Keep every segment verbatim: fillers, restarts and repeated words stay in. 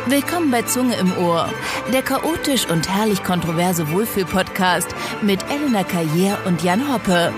Willkommen bei Zunge im Ohr, der chaotisch und herrlich kontroverse Wohlfühl-Podcast mit Elena Carrière und Jan Hoppe.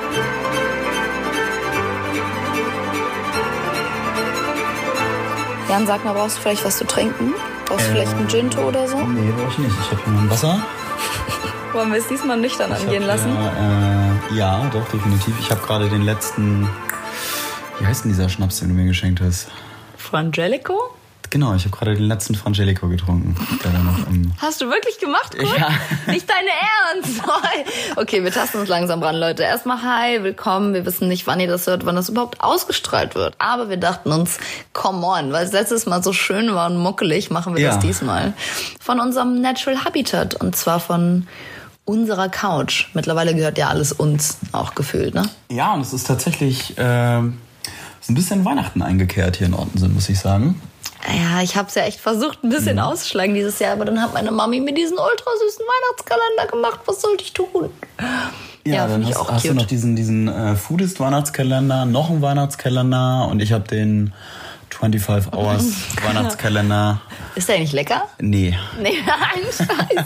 Jan, sag mal, brauchst du vielleicht was zu trinken? Brauchst du äh, vielleicht einen Ginto oder so? Nee, brauch ich nicht. Ich habe hier noch ein Wasser. Wollen wir es diesmal nüchtern ich angehen lassen? Hier, äh, ja, doch, definitiv. Ich habe gerade den letzten, wie heißt denn dieser Schnaps, den du mir geschenkt hast? Frangelico? Genau, ich habe gerade den letzten Frangelico getrunken. Der da noch im Hast du wirklich gemacht, Kurt? Ja. Nicht deine Ernst? Okay, wir tasten uns langsam ran, Leute. Erstmal hi, willkommen. Wir wissen nicht, wann ihr das hört, wann das überhaupt ausgestrahlt wird. Aber wir dachten uns, come on, weil es letztes Mal so schön war und muckelig, machen wir ja. das diesmal. Von unserem Natural Habitat und zwar von unserer Couch. Mittlerweile gehört ja alles uns auch gefühlt, ne? Ja, und es ist tatsächlich äh, ist ein bisschen Weihnachten eingekehrt hier in Ottensen, muss ich sagen. Ja, ich habe es ja echt versucht, ein bisschen mhm. auszuschlagen dieses Jahr, aber dann hat meine Mami mir diesen ultra süßen Weihnachtskalender gemacht. Was sollte ich tun? Ja, ja dann hast, auch hast du noch diesen, diesen äh, Foodist-Weihnachtskalender, noch einen Weihnachtskalender und ich habe den fünfundzwanzig Hours Weihnachtskalender. Ist der eigentlich lecker? Nee. Nee, nein, scheiße.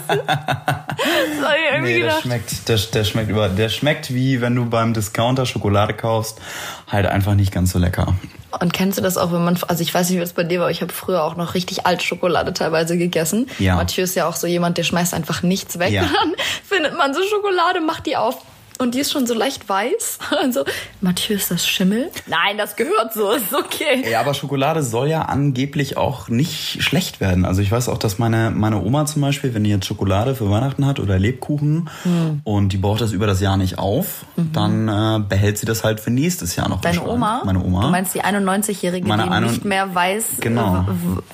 Das hab ich irgendwie nee, der gedacht. schmeckt, der, der schmeckt über, der schmeckt wie wenn du beim Discounter Schokolade kaufst, halt einfach nicht ganz so lecker. Und kennst du das auch, wenn man, also ich weiß nicht, wie es bei dir war, aber ich habe früher auch noch richtig alte Schokolade teilweise gegessen. Ja. Mathieu ist ja auch so jemand, der schmeißt einfach nichts weg. Ja. Und dann findet man so Schokolade, macht die auf. Und die ist schon so leicht weiß. Also, Mathieu, ist das Schimmel? Nein, das gehört so, ist okay. Ja, aber Schokolade soll ja angeblich auch nicht schlecht werden. Also ich weiß auch, dass meine, meine Oma zum Beispiel, wenn die jetzt Schokolade für Weihnachten hat oder Lebkuchen mhm. und die braucht das über das Jahr nicht auf, mhm. dann äh, behält sie das halt für nächstes Jahr noch. Deine Oma? Meine Oma. Du meinst die einundneunzig-Jährige, meine die ein- nicht mehr weiß, genau.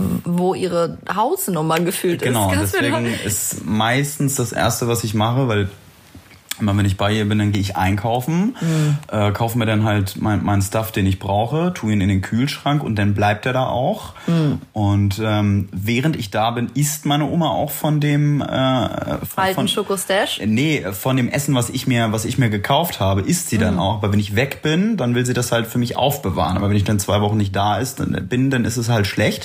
wo ihre Hausnummer gefühlt genau, ist. Genau, deswegen ist meistens das Erste, was ich mache, weil immer wenn ich bei ihr bin, dann gehe ich einkaufen, mhm. äh, kaufe mir dann halt mein, mein Stuff, den ich brauche, tue ihn in den Kühlschrank und dann bleibt er da auch. Mhm. Und ähm, während ich da bin, isst meine Oma auch von dem äh, von, alten von, Schokostash? Nee, von dem Essen, was ich mir, was ich mir gekauft habe, isst sie mhm. dann auch. Aber wenn ich weg bin, dann will sie das halt für mich aufbewahren. Aber wenn ich dann zwei Wochen nicht da ist, dann bin, dann ist es halt schlecht.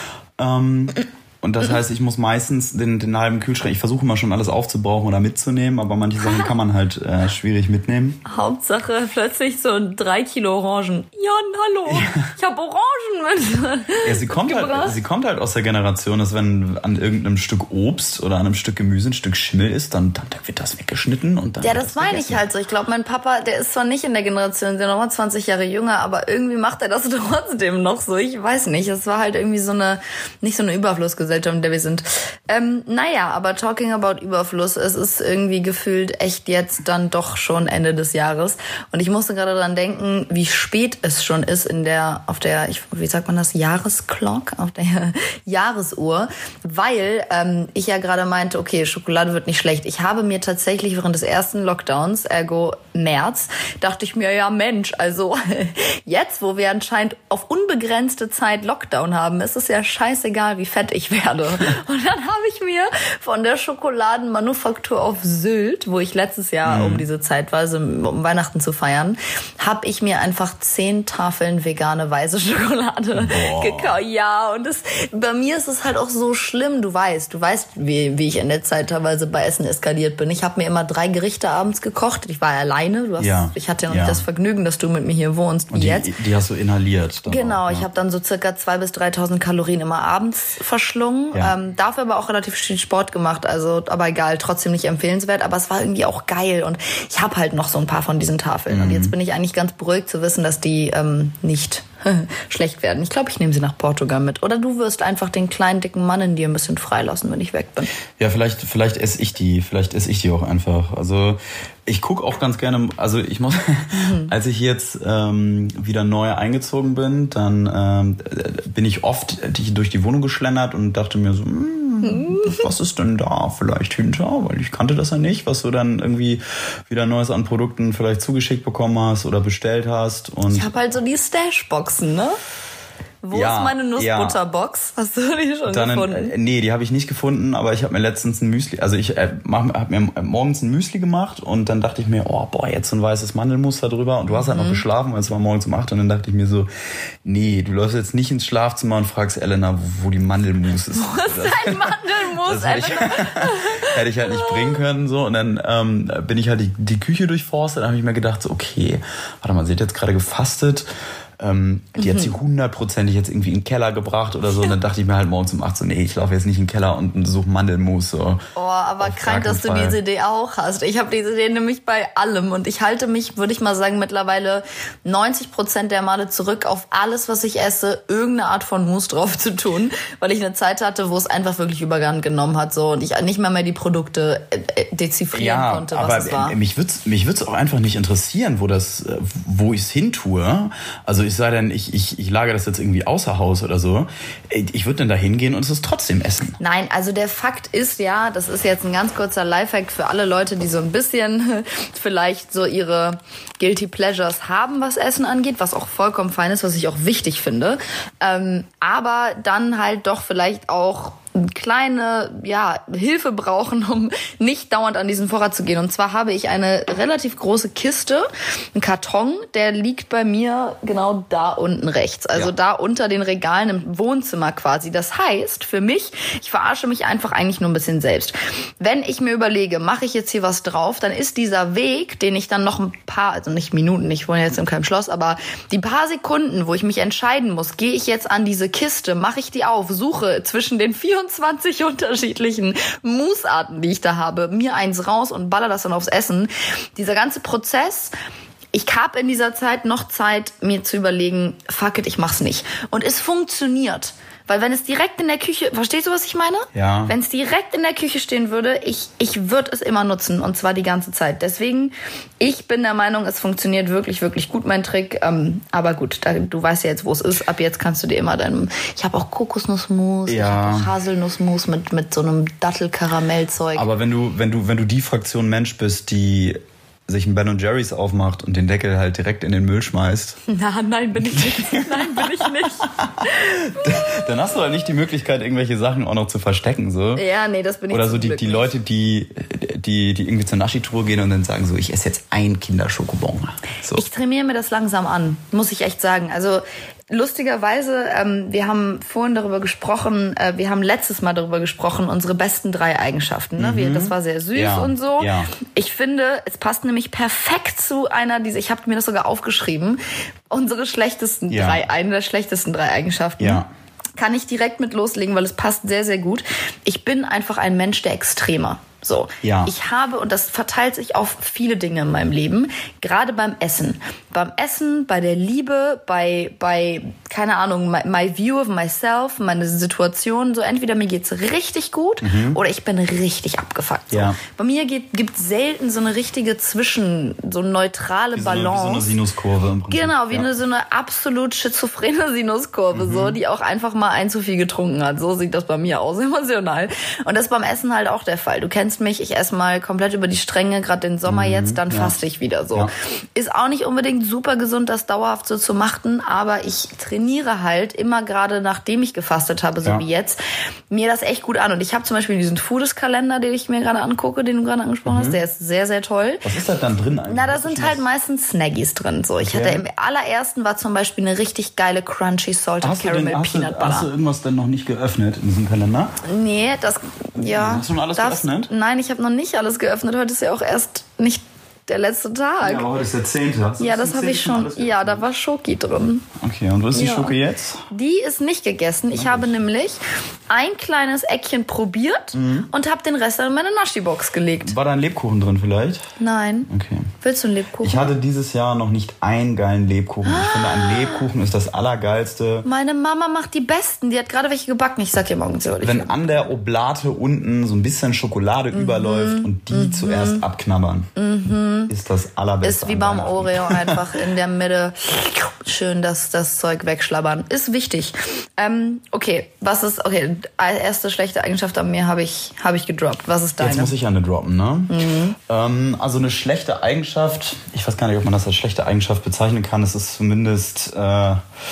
Ähm, Und das heißt, ich muss meistens den, den halben Kühlschrank, ich versuche immer schon alles aufzubrauchen oder mitzunehmen, aber manche Sachen kann man halt äh, schwierig mitnehmen. Hauptsache plötzlich so drei Kilo Orangen. Jan, hallo, ja. ich habe Orangen mit. Ja, sie kommt, halt, sie kommt halt aus der Generation, dass wenn an irgendeinem Stück Obst oder an einem Stück Gemüse ein Stück Schimmel ist, dann, dann wird das weggeschnitten und dann. Ja, das meine ich halt so. Ich glaube, mein Papa, der ist zwar nicht in der Generation, der ist nochmal zwanzig Jahre jünger, aber irgendwie macht er das trotzdem noch so. Ich weiß nicht, es war halt irgendwie so eine, nicht so eine Überflussgesellschaft, in der wir sind. Ähm, naja, aber talking about Überfluss, es ist irgendwie gefühlt echt jetzt dann doch schon Ende des Jahres. Und ich musste gerade dran denken, wie spät es schon ist in der, auf der, ich, wie sagt man das, Jahresclock, auf der Jahresuhr, weil ähm, ich ja gerade meinte, okay, Schokolade wird nicht schlecht. Ich habe mir tatsächlich während des ersten Lockdowns, ergo März, dachte ich mir, ja Mensch, also jetzt, wo wir anscheinend auf unbegrenzte Zeit Lockdown haben, ist es ja scheißegal, wie fett ich werde. Und dann habe ich mir von der Schokoladenmanufaktur auf Sylt, wo ich letztes Jahr mhm. um diese Zeit war, also um Weihnachten zu feiern, habe ich mir einfach zehn Tafeln vegane weiße Schokolade Boah. gekauft. Ja, und das, bei mir ist es halt auch so schlimm. Du weißt, du weißt, wie, wie ich in der Zeit teilweise bei Essen eskaliert bin. Ich habe mir immer drei Gerichte abends gekocht. Ich war alleine. Du hast, ja. Ich hatte ja noch ja. nicht das Vergnügen, dass du mit mir hier wohnst. Und die, jetzt. die hast du inhaliert. Dann genau, auch, ja. ich habe dann so circa zweitausend bis dreitausend Kalorien immer abends verschlungen. Ja. Ähm, dafür aber auch relativ viel Sport gemacht, also aber egal, trotzdem nicht empfehlenswert, aber es war irgendwie auch geil und ich habe halt noch so ein paar von diesen Tafeln mhm. und jetzt bin ich eigentlich ganz beruhigt zu wissen, dass die ähm, nicht schlecht werden. Ich glaube, ich nehme sie nach Portugal mit. Oder du wirst einfach den kleinen, dicken Mann in dir ein bisschen freilassen, wenn ich weg bin. Ja, vielleicht, vielleicht esse ich die. Vielleicht esse ich die auch einfach. Also ich gucke auch ganz gerne, also ich muss, mhm. als ich jetzt ähm, wieder neu eingezogen bin, dann ähm, bin ich oft durch die Wohnung geschlendert und dachte mir so, hm, was ist denn da vielleicht hinter? Weil ich kannte das ja nicht, was du dann irgendwie wieder Neues an Produkten vielleicht zugeschickt bekommen hast oder bestellt hast. Und ich habe halt so die Stash-Boxen, ne? Wo ja, ist meine Nussbutterbox? Ja. Hast du die schon Dann gefunden? Ein, nee, die habe ich nicht gefunden, aber ich habe mir letztens ein Müsli, also ich äh, habe mir morgens ein Müsli gemacht und dann dachte ich mir, oh boah, jetzt so ein weißes Mandelmus da drüber und du hast halt mhm. noch geschlafen, weil es war morgens um acht und dann dachte ich mir so, nee, du läufst jetzt nicht ins Schlafzimmer und fragst Elena, wo die Mandelmus ist. Wo ist dein Mandelmus? Das hätte ich, hätte ich halt nicht bringen können so und dann ähm, bin ich halt die, die Küche durchforstet, dann habe ich mir gedacht so, okay, warte mal, sie hat jetzt gerade gefastet. Ähm, die hat sie hundertprozentig jetzt irgendwie in den Keller gebracht oder so. Und dann dachte ich mir halt morgens um acht so, nee, ich laufe jetzt nicht in den Keller und suche Mandelmus. So. Oh, aber krank, dass du diese Idee auch hast. Ich habe diese Idee nämlich bei allem. Und ich halte mich, würde ich mal sagen, mittlerweile neunzig Prozent der Male zurück auf alles, was ich esse, irgendeine Art von Mousse drauf zu tun. Weil ich eine Zeit hatte, wo es einfach wirklich Überhand genommen hat. So, und ich nicht mehr mehr die Produkte deziffrieren ja, konnte, was aber es war. Mich würde es mich würd's auch einfach nicht interessieren, wo, das, wo ich es hin tue. Also ich sei denn, ich, ich, ich lagere das jetzt irgendwie außer Haus oder so. Ich würde dann da hingehen und es trotzdem essen. Nein, also der Fakt ist ja, das ist jetzt ein ganz kurzer Lifehack für alle Leute, die so ein bisschen vielleicht so ihre Guilty Pleasures haben, was Essen angeht, was auch vollkommen fein ist, was ich auch wichtig finde. Ähm, aber dann halt doch vielleicht auch kleine ja, Hilfe brauchen, um nicht dauernd an diesen Vorrat zu gehen. Und zwar habe ich eine relativ große Kiste, einen Karton, der liegt bei mir genau da unten rechts. Also ja. da unter den Regalen im Wohnzimmer quasi. Das heißt, für mich, ich verarsche mich einfach eigentlich nur ein bisschen selbst. Wenn ich mir überlege, mache ich jetzt hier was drauf, dann ist dieser Weg, den ich dann noch ein paar, also nicht Minuten, ich wohne jetzt in keinem Schloss, aber die paar Sekunden, wo ich mich entscheiden muss, gehe ich jetzt an diese Kiste, mache ich die auf, suche zwischen den vierundzwanzig unterschiedlichen Mousse-Arten, die ich da habe, mir eins raus und baller das dann aufs Essen. Dieser ganze Prozess, ich habe in dieser Zeit noch Zeit, mir zu überlegen, fuck it, ich mach's nicht. Und es funktioniert. Weil wenn es direkt in der Küche, verstehst du, was ich meine? Ja. Wenn es direkt in der Küche stehen würde, ich, ich würde es immer nutzen und zwar die ganze Zeit. Deswegen, ich bin der Meinung, es funktioniert wirklich, wirklich gut, mein Trick. Ähm, aber gut, da, du weißt ja jetzt, wo es ist. Ab jetzt kannst du dir immer deinem, ich habe auch Kokosnussmus, ja. ich habe auch Haselnussmus mit, mit so einem Dattelkaramellzeug. Aber wenn du, wenn du, wenn du die Fraktion Mensch bist, die sich ein Ben und Jerry's aufmacht und den Deckel halt direkt in den Müll schmeißt. Na, nein, bin ich nicht. Nein, bin ich nicht. Dann hast du halt nicht die Möglichkeit, irgendwelche Sachen auch noch zu verstecken, so. Ja, nee, das bin ich Oder so zum die, Glück die nicht. Leute, die, die, die irgendwie zur Naschi-Tour gehen und dann sagen so, ich esse jetzt ein Kinderschokobon. So. Ich trainiere mir das langsam an, muss ich echt sagen. Also, lustigerweise, ähm, wir haben vorhin darüber gesprochen, äh, wir haben letztes Mal darüber gesprochen, unsere besten drei Eigenschaften. Ne? Mhm. Wir, das war sehr süß ja. und so. Ja. Ich finde, es passt nämlich perfekt zu einer dieser, ich habe mir das sogar aufgeschrieben, unsere schlechtesten ja. drei, eine der schlechtesten drei Eigenschaften. Ja. Kann ich direkt mit loslegen, weil es passt sehr, sehr gut. Ich bin einfach ein Mensch der Extreme. So, ja. ich habe, und das verteilt sich auf viele Dinge in meinem Leben, gerade beim Essen. Beim Essen, bei der Liebe, bei, bei keine Ahnung, my, my view of myself, meine Situation, so entweder mir geht's richtig gut mhm. oder ich bin richtig abgefuckt. So. Ja. Bei mir geht, gibt's selten so eine richtige Zwischen, so neutrale wie so Balance. Eine, wie so eine Sinuskurve im Prinzip. Genau, wie ja. eine so eine absolut schizophrene Sinuskurve, mhm. so, die auch einfach mal ein zu viel getrunken hat. So sieht das bei mir aus, emotional. Und das ist beim Essen halt auch der Fall. Du kennst mich, ich esse mal komplett über die Stränge, gerade den Sommer mhm, jetzt, dann ja. faste ich wieder so. Ja. Ist auch nicht unbedingt super gesund, das dauerhaft so zu machen, aber ich trainiere halt immer gerade, nachdem ich gefastet habe, so ja. wie jetzt, mir das echt gut an. Und ich habe zum Beispiel diesen Foodies-Kalender, den ich mir gerade angucke, den du gerade angesprochen mhm. hast, der ist sehr, sehr toll. Was ist da dann drin eigentlich? Na, da sind halt meistens Snaggies drin. So. Ich okay. hatte im allerersten war zum Beispiel eine richtig geile Crunchy Salted hast Caramel denn, Peanut du, Butter. Hast du irgendwas denn noch nicht geöffnet in diesem Kalender? Nee, das, ja. Hast du schon alles das, geöffnet? Nein, ich habe noch nicht alles geöffnet. Heute ist ja auch erst nicht der letzte Tag. Ja, aber heute ist der zehnte. Hast ja, das habe ich schon. Ja, da war Schoki drin. Okay, und wo ist die ja. Schoki jetzt? Die ist nicht gegessen. Ich habe nämlich ein kleines Eckchen probiert mhm. und habe den Rest in meine Naschi-Box gelegt. War da ein Lebkuchen drin vielleicht? Nein. Okay. Willst du einen Lebkuchen? Ich hatte dieses Jahr noch nicht einen geilen Lebkuchen. Ich finde, ein Lebkuchen ist das Allergeilste. Meine Mama macht die besten. Die hat gerade welche gebacken. Ich sag dir morgen so. Wenn an der Oblate unten so ein bisschen Schokolade mhm. überläuft und die mhm. zuerst abknabbern, mhm. ist das Allerbeste. Ist wie beim Oreo einfach in der Mitte schön das, das Zeug wegschlabbern. Ist wichtig. Ähm, okay, was ist, okay, erste schlechte Eigenschaft an mir habe ich, habe ich gedroppt. Was ist deine? Jetzt muss ich eine droppen, ne? Mhm. Ähm, also eine schlechte Eigenschaft, ich weiß gar nicht, ob man das als schlechte Eigenschaft bezeichnen kann. Es ist zumindest, äh,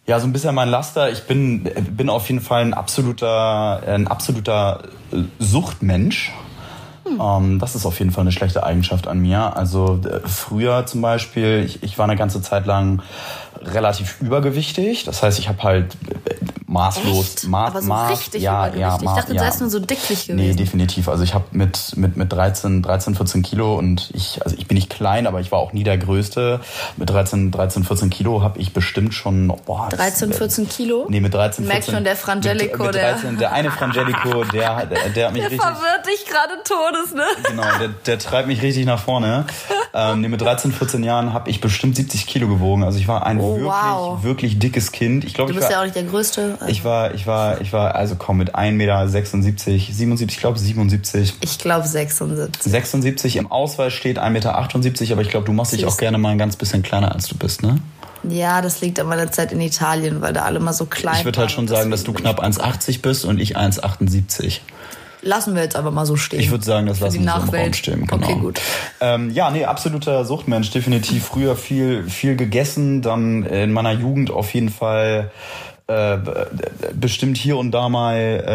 Ja, so ein bisschen mein Laster. Ich bin, bin auf jeden Fall ein absoluter, ein absoluter Suchtmensch. Hm. Ähm, das ist auf jeden Fall eine schlechte Eigenschaft an mir. Also äh, früher zum Beispiel, ich, ich war eine ganze Zeit lang relativ übergewichtig. Das heißt, ich habe halt äh, maßlos, Echt? Ma- Aber so Maß, richtig ja, übergewichtig. ja, ich ma- dachte, ja. du wärst nur so dicklich gewesen. Nee, definitiv. Also ich habe mit mit mit dreizehn, vierzehn Kilo und ich, also ich bin nicht klein, aber ich war auch nie der Größte. Mit dreizehn, vierzehn Kilo habe ich bestimmt schon, boah. dreizehn, vierzehn Kilo? Nee, mit dreizehn, Du merkst vierzehn. schon, der Frangelico, mit, mit dreizehn, der... der eine Frangelico, der, der, der hat mich der richtig... verwirrt dich gerade todes, ne? Genau, der, der treibt mich richtig nach vorne. Ähm, nee, mit dreizehn, vierzehn Jahren habe ich bestimmt siebzig Kilo gewogen. Also ich war ein Oh, wirklich, wow. wirklich dickes Kind. Ich glaub, Du ich bist war, ja auch nicht der Größte. Also. Ich war, ich war, ich war, also komm, mit ein Meter sechsundsiebzig, siebenundsiebzig, ich glaube siebenundsiebzig. Ich glaube sechsundsiebzig. sechsundsiebzig, im Ausweis steht ein Meter achtundsiebzig, aber ich glaube, du machst dich auch gerne mal ein ganz bisschen kleiner, als du bist, ne? Ja, das liegt an meiner Zeit in Italien, weil da alle mal so klein waren. Ich würde halt schon sagen, dass du knapp eins achtzig bist und ich eins achtundsiebzig. Lassen wir jetzt aber mal so stehen. Ich würde sagen, das Für lassen die wir so im Nachwelt. Raum stehen. Genau. Okay, gut. Ähm, ja, nee, absoluter Suchtmensch. Definitiv früher viel, viel gegessen. Dann in meiner Jugend auf jeden Fall äh, bestimmt hier und da mal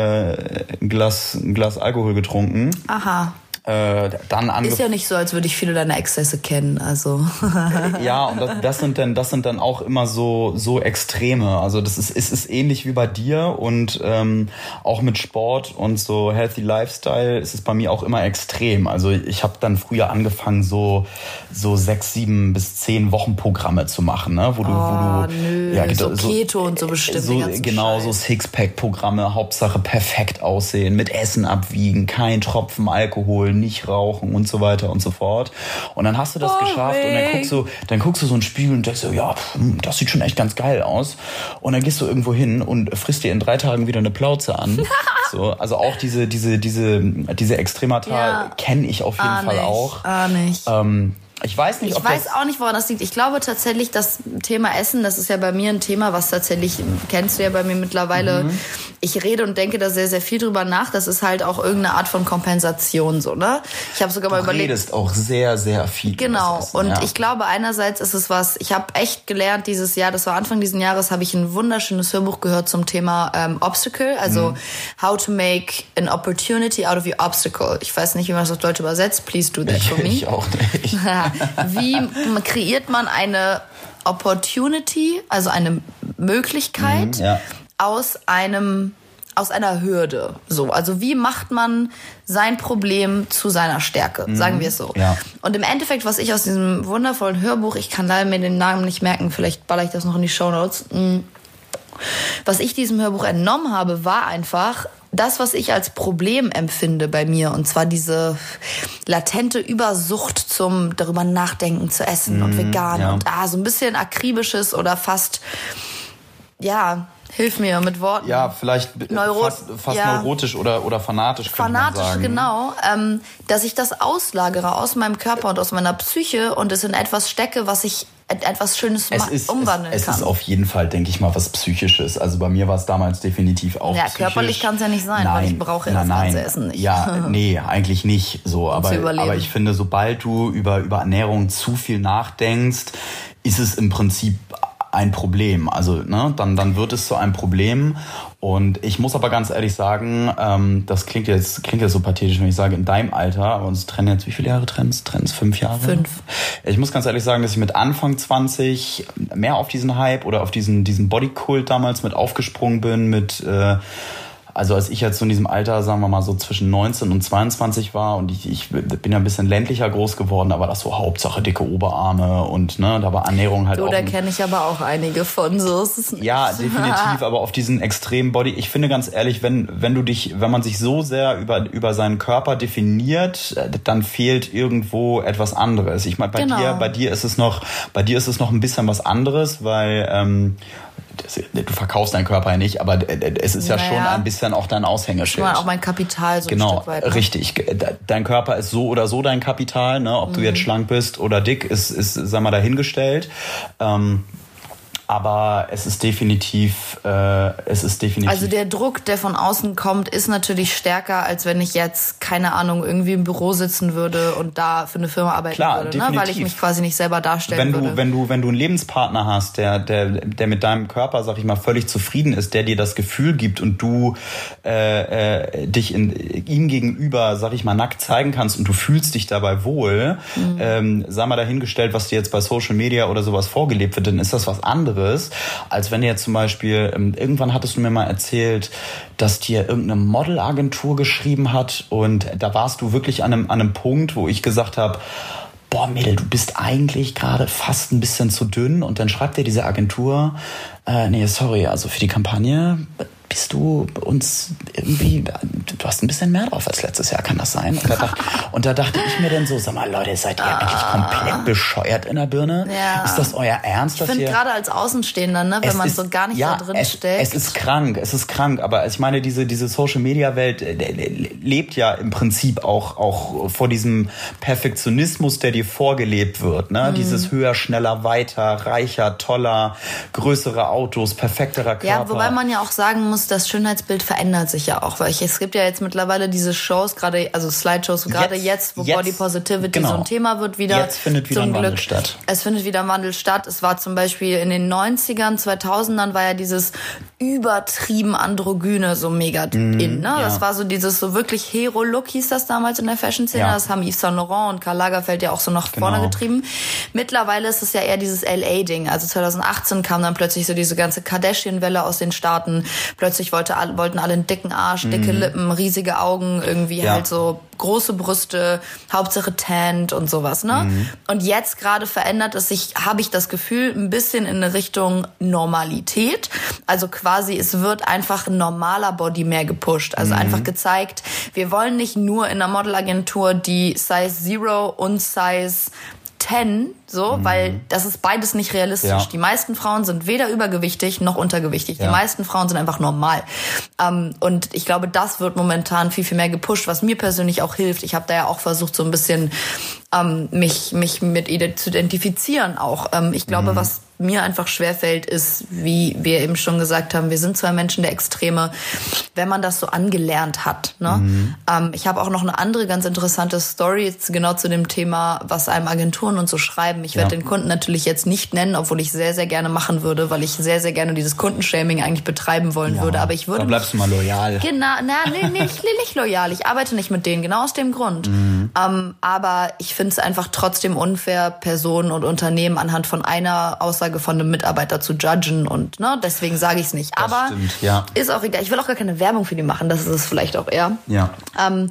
äh, ein Glas, ein Glas Alkohol getrunken. Aha. Äh, dann angef- Ist ja nicht so, als würde ich viele deiner Exzesse kennen, also. Ja, und das, das sind dann, das sind dann auch immer so, so Extreme. Also das ist, es ist ähnlich wie bei dir und ähm, auch mit Sport und so Healthy Lifestyle ist es bei mir auch immer extrem. Also ich habe dann früher angefangen, so, so sechs, sieben bis zehn Wochenprogramme zu machen, ne? Wo du, Oh, wo du, nö, ja, so Keto und so bestimmt. so, den ganzen genau, Scheiß. so Sixpack-Programme, Hauptsache perfekt aussehen, mit Essen abwiegen, kein Tropfen Alkohol, nicht rauchen und so weiter und so fort. Und dann hast du das oh, geschafft weh. und dann guckst du, dann guckst du so einen Spiegel und denkst so, ja, das sieht schon echt ganz geil aus. Und dann gehst du irgendwo hin und frisst dir in drei Tagen wieder eine Plauze an. So, also auch diese, diese, diese, diese Extremata Ja. kenne ich auf jeden Ah, Fall nicht, auch. Ah, nicht. Ähm, ich weiß nicht, Ich ob weiß das... auch nicht, woran das liegt. Ich glaube tatsächlich, das Thema Essen, das ist ja bei mir ein Thema, was tatsächlich, kennst du ja bei mir mittlerweile, mhm. ich rede und denke da sehr, sehr viel drüber nach. Das ist halt auch irgendeine Art von Kompensation, so, ne? Ich habe sogar mal Du überlegt... redest auch sehr, sehr viel. Genau. über das Essen, Und ja. ich glaube, einerseits ist es was, ich habe echt gelernt dieses Jahr, das war Anfang dieses Jahres, habe ich ein wunderschönes Hörbuch gehört zum Thema ähm, Obstacle, also mhm. How to make an opportunity out of your obstacle. Ich weiß nicht, wie man das auf Deutsch übersetzt. Please do that for me. Ich auch nicht. Wie kreiert man eine Opportunity, also eine Möglichkeit mhm, ja. aus einem aus einer Hürde. So, also wie macht man sein Problem zu seiner Stärke, mhm. sagen wir es so. Ja. Und im Endeffekt, was ich aus diesem wundervollen Hörbuch, ich kann leider mir den Namen nicht merken, vielleicht baller ich das noch in die Shownotes, was ich diesem Hörbuch entnommen habe, war einfach das, was ich als Problem empfinde bei mir, und zwar diese latente Übersucht zum darüber nachdenken, zu essen mm, und vegan ja. und ah, so ein bisschen akribisches oder fast, ja, hilf mir mit Worten. Ja, vielleicht Neuro- fast, fast ja. neurotisch oder, oder fanatisch, könnte Fanatisch, man sagen. genau. Ähm, dass ich das auslagere aus meinem Körper und aus meiner Psyche und es in etwas stecke, was ich etwas Schönes es ma- ist, umwandeln es, es kann. Es ist auf jeden Fall, denke ich mal, was Psychisches. Also bei mir war es damals definitiv auch ja, psychisch. Körperlich kann es ja nicht sein, nein, weil ich brauche ja nein, das ganze nein. Essen nicht. Ja, nee, eigentlich nicht so. Aber, zu überleben. aber ich finde, sobald du über, über Ernährung zu viel nachdenkst, ist es im Prinzip ein Problem. Also ne, dann, dann wird es zu einem Problem. Und ich muss aber ganz ehrlich sagen, ähm, das klingt jetzt, klingt jetzt so pathetisch, wenn ich sage, in deinem Alter, aber uns trennen jetzt, wie viele Jahre trennen es? Trennen es fünf Jahre? Fünf. Ich muss ganz ehrlich sagen, dass ich mit Anfang zwanzig mehr auf diesen Hype oder auf diesen, diesen Bodykult damals mit aufgesprungen bin, mit... Äh, Also als ich jetzt so in diesem Alter, sagen wir mal so zwischen neunzehn und zweiundzwanzig war und ich, ich bin ja ein bisschen ländlicher groß geworden, da war das so Hauptsache dicke Oberarme und ne, da war Ernährung halt so, auch... da kenne ich aber auch einige von, so ist es nicht. Ja, definitiv, aber auf diesen extremen Body, ich finde ganz ehrlich, wenn wenn du dich, wenn man sich so sehr über über seinen Körper definiert, dann fehlt irgendwo etwas anderes. Ich meine, bei genau. dir, bei dir ist es noch, bei dir ist es noch ein bisschen was anderes, weil ähm, du verkaufst deinen Körper ja nicht, aber es ist ja naja. schon ein bisschen auch dein Aushängeschild. Auch mein Kapital so genau, ein Stück weit. Ne? Richtig. Dein Körper ist so oder so dein Kapital, ne? Ob mhm. du jetzt schlank bist oder dick, ist, ist sag mal, dahingestellt. Ähm, Aber es ist definitiv, äh, es ist definitiv. Also der Druck, der von außen kommt, ist natürlich stärker, als wenn ich jetzt, keine Ahnung, irgendwie im Büro sitzen würde und da für eine Firma arbeiten Klar, würde, ne? Weil ich mich quasi nicht selber darstellen wenn du, würde. Wenn du, wenn du einen Lebenspartner hast, der, der, der mit deinem Körper, sag ich mal, völlig zufrieden ist, der dir das Gefühl gibt und du äh, äh, dich in, ihm gegenüber, sag ich mal, nackt zeigen kannst und du fühlst dich dabei wohl, mhm. ähm, sag mal dahingestellt, was dir jetzt bei Social Media oder sowas vorgelebt wird, dann ist das was anderes, als wenn du jetzt zum Beispiel, irgendwann hattest du mir mal erzählt, dass dir irgendeine Modelagentur geschrieben hat und da warst du wirklich an einem, an einem Punkt, wo ich gesagt habe, boah Mädel, du bist eigentlich gerade fast ein bisschen zu dünn und dann schreibt dir diese Agentur, äh, nee, sorry, also für die Kampagne bist du uns irgendwie, du hast ein bisschen mehr drauf als letztes Jahr, kann das sein? Und da dachte, und da dachte ich mir dann so, sag mal Leute, seid ihr ah. eigentlich komplett bescheuert in der Birne? Ja. Ist das euer Ernst? Ich finde gerade als Außenstehender, ne, wenn man ist, so gar nicht ja, da drin es, steckt. Es ist krank, es ist krank, aber ich meine, diese, diese Social-Media-Welt lebt ja im Prinzip auch, auch vor diesem Perfektionismus, der dir vorgelebt wird, ne? Mhm. Dieses höher, schneller, weiter, reicher, toller, größere Autos, perfekterer Körper. Ja, wobei man ja auch sagen muss, das Schönheitsbild verändert sich ja auch, weil ich, es gibt ja jetzt mittlerweile diese Shows, gerade, also Slideshows, gerade jetzt, jetzt, wo jetzt, Body Positivity genau. so ein Thema wird wieder. Jetzt findet wieder ein Wandel Glück. statt. Es findet wieder ein Wandel statt. Es war zum Beispiel in den neunzigern, zweitausendern war ja dieses übertrieben androgyne so mega mm, in, ne? Ja. Das war so dieses so wirklich Hero-Look hieß das damals in der Fashion-Szene. Ja. Das haben Yves Saint Laurent und Karl Lagerfeld ja auch so nach genau. vorne getrieben. Mittlerweile ist es ja eher dieses L A-Ding. Also zweitausendachtzehn kam dann plötzlich so diese ganze Kardashian-Welle aus den Staaten. Plötzlich wollte, wollten alle einen dicken Arsch, dicke mm. Lippen, riesige Augen, irgendwie ja. halt so große Brüste, Hauptsache tanned und sowas, ne? Mhm. Und jetzt gerade verändert es sich, habe ich das Gefühl, ein bisschen in eine Richtung Normalität. Also quasi, es wird einfach ein normaler Body mehr gepusht. Also mhm. einfach gezeigt, wir wollen nicht nur in einer Modelagentur die Size Zero und Size zehn, so, mhm. weil das ist beides nicht realistisch. Ja. Die meisten Frauen sind weder übergewichtig noch untergewichtig. Ja. Die meisten Frauen sind einfach normal. Ähm, und ich glaube, das wird momentan viel, viel mehr gepusht, was mir persönlich auch hilft. Ich habe da ja auch versucht, so ein bisschen ähm, mich, mich mit zu identifizieren auch. Ähm, ich glaube, mhm. was mir einfach schwerfällt, ist, wie wir eben schon gesagt haben, wir sind zwei Menschen der Extreme, wenn man das so angelernt hat. Ne? Mhm. Ähm, ich habe auch noch eine andere ganz interessante Story, jetzt genau zu dem Thema, was einem Agenturen und so schreiben. Ich werde ja. den Kunden natürlich jetzt nicht nennen, obwohl ich sehr, sehr gerne machen würde, weil ich sehr, sehr gerne dieses Kundenshaming eigentlich betreiben wollen ja. würde. Aber ich würde. Da bleibst du mal loyal. Genau, na, nee, nee, nicht, nicht loyal. Ich arbeite nicht mit denen, genau aus dem Grund. Mhm. Ähm, aber ich finde es einfach trotzdem unfair, Personen und Unternehmen anhand von einer Aussage von einem Mitarbeiter zu judgen und ne, deswegen sage ich es nicht. Das aber stimmt, ja. ist auch egal. Ich will auch gar keine Werbung für die machen, das ist es vielleicht auch eher. Ja. Ähm,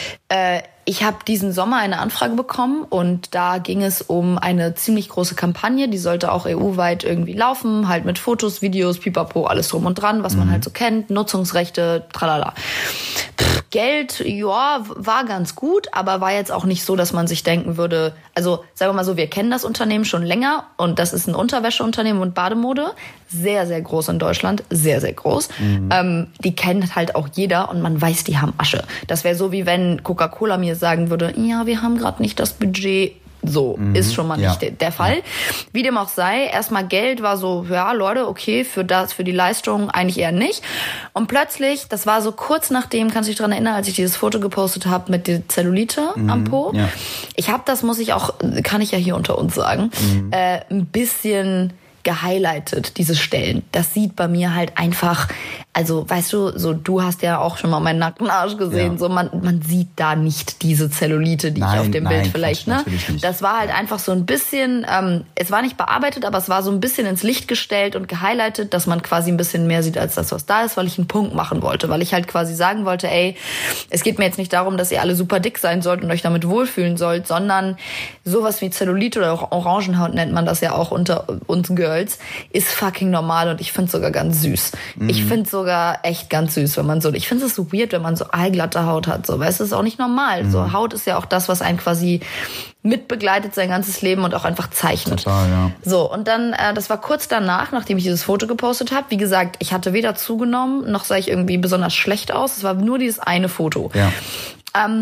äh, ich habe diesen Sommer eine Anfrage bekommen und da ging es um eine ziemlich große Kampagne, die sollte auch E U-weit irgendwie laufen, halt mit Fotos, Videos, pipapo, alles drum und dran, was mhm. man halt so kennt, Nutzungsrechte, tralala. Pff, Geld, ja, war ganz gut, aber war jetzt auch nicht so, dass man sich denken würde, also sagen wir mal so, wir kennen das Unternehmen schon länger und das ist ein Unterwäscheunternehmen und Bademode, sehr, sehr groß in Deutschland, sehr, sehr groß. Mhm. Ähm, die kennt halt auch jeder und man weiß, die haben Asche. Das wäre so, wie wenn Coca-Cola mir sagen würde, ja, wir haben gerade nicht das Budget. So, mhm. ist schon mal ja. nicht der, der Fall. Ja. Wie dem auch sei, erstmal Geld war so, ja, Leute, okay, für das, für die Leistung eigentlich eher nicht. Und plötzlich, das war so kurz nachdem, kannst du dich daran erinnern, als ich dieses Foto gepostet habe mit der Zellulite mhm. am Po. Ja. Ich habe das, muss ich auch, kann ich ja hier unter uns sagen, mhm. äh, ein bisschen gehighlightet, diese Stellen. Das sieht bei mir halt einfach, also weißt du, so du hast ja auch schon mal meinen nackten Arsch gesehen, ja. so man man sieht da nicht diese Zellulite, die nein, ich auf dem nein, Bild vielleicht, ne? Das war halt einfach so ein bisschen, ähm, es war nicht bearbeitet, aber es war so ein bisschen ins Licht gestellt und gehighlightet, dass man quasi ein bisschen mehr sieht als das, was da ist, weil ich einen Punkt machen wollte, weil ich halt quasi sagen wollte, ey, es geht mir jetzt nicht darum, dass ihr alle super dick sein sollt und euch damit wohlfühlen sollt, sondern sowas wie Zellulite oder auch Orangenhaut nennt man das ja auch unter uns Girls, ist fucking normal und ich find's sogar ganz süß. Mhm. Ich find's sogar echt ganz süß, wenn man so, ich finde es so weird, wenn man so aalglatte Haut hat, so, weißt du, ist auch nicht normal. Mhm. So, Haut ist ja auch das, was einen quasi mitbegleitet sein ganzes Leben und auch einfach zeichnet. Total, ja. So, und dann, äh, das war kurz danach, nachdem ich dieses Foto gepostet habe. Wie gesagt, ich hatte weder zugenommen, noch sah ich irgendwie besonders schlecht aus. Es war nur dieses eine Foto. Ja. Ähm,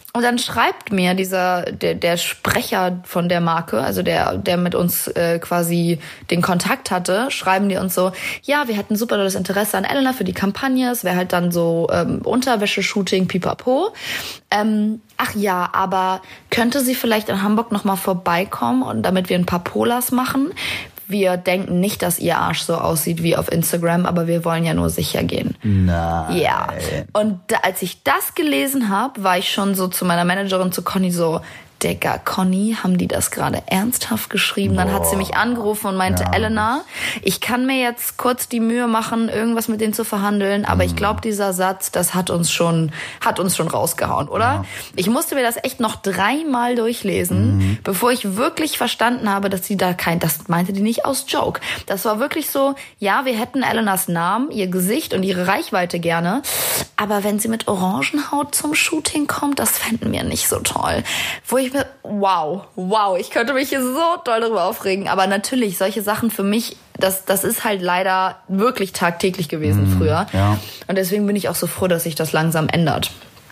Und dann schreibt mir dieser der, der Sprecher von der Marke, also der der mit uns äh, quasi den Kontakt hatte, schreiben die uns so, ja, wir hätten super tolles Interesse an Elena für die Kampagne. Es wäre halt dann so ähm, Unterwäsche-Shooting, pipapo. Ähm, ach ja, aber könnte sie vielleicht in Hamburg nochmal vorbeikommen und damit wir ein paar Polas machen? Wir denken nicht, dass ihr Arsch so aussieht wie auf Instagram, aber wir wollen ja nur sicher gehen. Nein. Ja. Und da, als ich das gelesen habe, war ich schon so zu meiner Managerin, zu Conny, so, Digga, Conny, haben die das gerade ernsthaft geschrieben? Boah. Dann hat sie mich angerufen und meinte, ja. Elena, ich kann mir jetzt kurz die Mühe machen, irgendwas mit denen zu verhandeln, aber mhm. ich glaube, dieser Satz, das hat uns schon, hat uns schon rausgehauen, oder? Ja. Ich musste mir das echt noch dreimal durchlesen, mhm. bevor ich wirklich verstanden habe, dass sie da kein, das meinte die nicht aus Joke. Das war wirklich so, ja, wir hätten Elenas Namen, ihr Gesicht und ihre Reichweite gerne, aber wenn sie mit Orangenhaut zum Shooting kommt, das fänden wir nicht so toll. Wo ich mir, wow, wow, ich könnte mich hier so doll darüber aufregen. Aber natürlich, solche Sachen für mich, das, das ist halt leider wirklich tagtäglich gewesen mm, früher. Ja. Und deswegen bin ich auch so froh, dass sich das langsam ändert.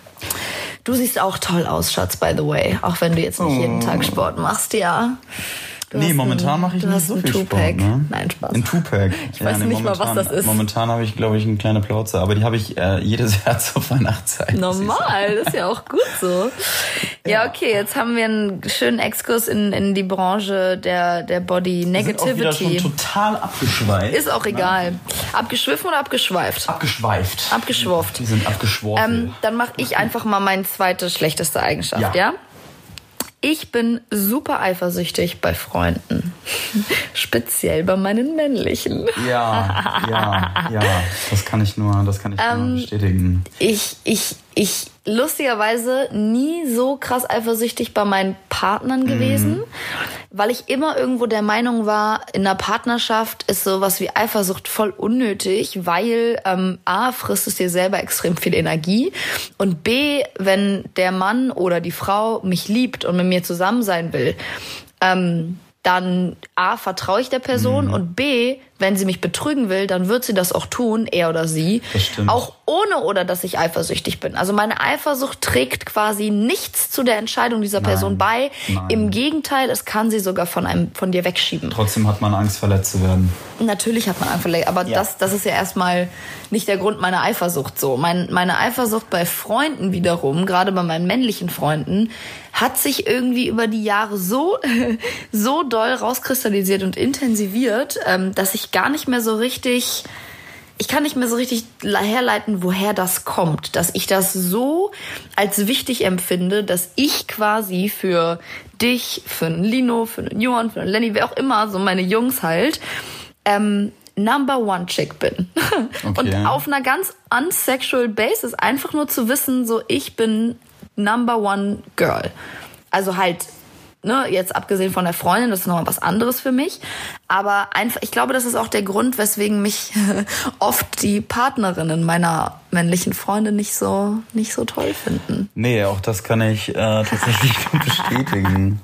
Du siehst auch toll aus, Schatz, by the way. Auch wenn du jetzt nicht oh. jeden Tag Sport machst, ja. Du nee, momentan mache ich nicht so viel Sport. Ne? Nein, Spaß. Ein Two-Pack. Ich ja, weiß nee, nicht mal, was das ist. Momentan habe ich, glaube ich, eine kleine Plauze. Aber die habe ich äh, jedes Jahr zur Weihnachtszeit. Normal, das ist ja auch gut so. Ja, ja, okay, jetzt haben wir einen schönen Exkurs in, in die Branche der, der Body Negativity. Wir sind auch wieder schon total abgeschweift. Ist auch egal. Ne? Abgeschwiffen oder abgeschweift? Abgeschweift. Abgeschwurft. Die sind abgeschworfen. Ähm, dann mache ich einfach mal meine zweite schlechteste Eigenschaft, ja? ja? Ich bin super eifersüchtig bei Freunden. Speziell bei meinen männlichen. Ja, ja, ja. Das kann ich nur, das kann ich ähm, nur bestätigen. Ich, ich, ich lustigerweise nie so krass eifersüchtig bei meinen Partnern gewesen, mhm. weil ich immer irgendwo der Meinung war, in einer Partnerschaft ist sowas wie Eifersucht voll unnötig, weil ähm, A, frisst es dir selber extrem viel Energie und B, wenn der Mann oder die Frau mich liebt und mit mir zusammen sein will, ähm, dann A, vertraue ich der Person mhm. und B, wenn sie mich betrügen will, dann wird sie das auch tun, er oder sie. Das stimmt. Auch ohne oder dass ich eifersüchtig bin. Also meine Eifersucht trägt quasi nichts zu der Entscheidung dieser Nein. Person bei. Nein. Im Gegenteil, es kann sie sogar von einem von dir wegschieben. Trotzdem hat man Angst, verletzt zu werden. Natürlich hat man Angst, verletzt, aber ja. das, das ist ja erstmal nicht der Grund meiner Eifersucht so. Mein, meine Eifersucht bei Freunden wiederum, gerade bei meinen männlichen Freunden, hat sich irgendwie über die Jahre so, so doll rauskristallisiert und intensiviert, dass ich gar nicht mehr so richtig, ich kann nicht mehr so richtig herleiten, woher das kommt. Dass ich das so als wichtig empfinde, dass ich quasi für dich, für einen Lino, für einen Johann, für einen Lenny, wer auch immer, so meine Jungs halt, ähm, Number One Chick bin. Okay. Und auf einer ganz unsexual Basis einfach nur zu wissen, so ich bin Number One Girl. Also halt, ne, jetzt abgesehen von der Freundin, das ist nochmal was anderes für mich. Aber einfach, ich glaube, das ist auch der Grund, weswegen mich oft die Partnerinnen meiner männlichen Freunde nicht so, nicht so toll finden. Nee, auch das kann ich äh, tatsächlich bestätigen.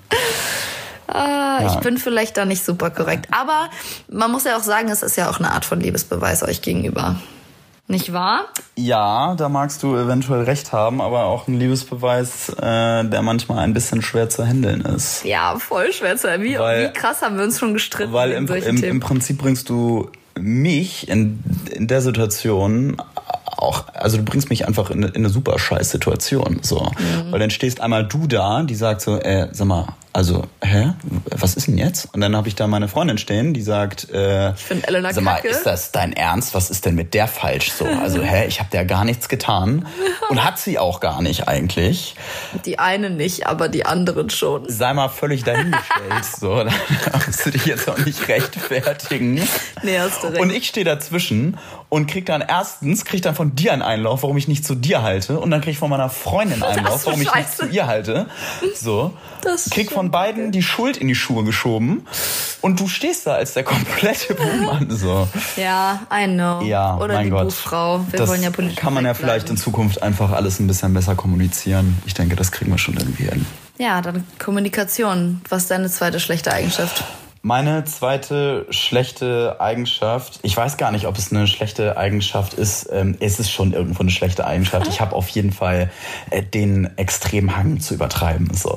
Ah, ja. Ich bin vielleicht da nicht super korrekt. Aber man muss ja auch sagen, es ist ja auch eine Art von Liebesbeweis euch gegenüber. Nicht wahr? Ja, da magst du eventuell recht haben, aber auch ein Liebesbeweis, äh, der manchmal ein bisschen schwer zu handeln ist. Ja, voll schwer zu handeln. Wie, weil, wie krass haben wir uns schon gestritten weil im, solchen im, Themen. Im Prinzip bringst du mich in, in der Situation auch, also du bringst mich einfach in, in eine super scheiß Situation, so. Mhm. Weil dann stehst einmal du da, die sagt so, äh, sag mal, also, hä? Was ist denn jetzt? Und dann habe ich da meine Freundin stehen, die sagt, äh, ich finde Elena sag mal, Kacke. Ist das dein Ernst? Was ist denn mit der falsch so? Also, hä? Ich habe der gar nichts getan. Und hat sie auch gar nicht eigentlich. Die eine nicht, aber die anderen schon. Sei mal völlig dahingestellt, so. Da musst du dich jetzt auch nicht rechtfertigen. Nee, hast du recht. Und ich stehe dazwischen und krieg dann erstens, krieg dann von dir einen Einlauf, warum ich nicht zu dir halte. Und dann krieg ich von meiner Freundin einen Einlauf, warum ich nicht zu ihr halte. So. Das krieg von beiden die Schuld in die Schuhe geschoben und du stehst da als der komplette Buhmann. So. Ja, I know. Ja, oder mein die Gott. Buchfrau. Wir das wollen ja politisch kann man ja vielleicht in Zukunft einfach alles ein bisschen besser kommunizieren. Ich denke, das kriegen wir schon irgendwie hin. Ja, dann Kommunikation. Was ist deine zweite schlechte Eigenschaft? Meine zweite schlechte Eigenschaft, ich weiß gar nicht, ob es eine schlechte Eigenschaft ist. Ähm, es ist schon irgendwo eine schlechte Eigenschaft. Ich habe auf jeden Fall äh, den extremen Hang zu übertreiben. So.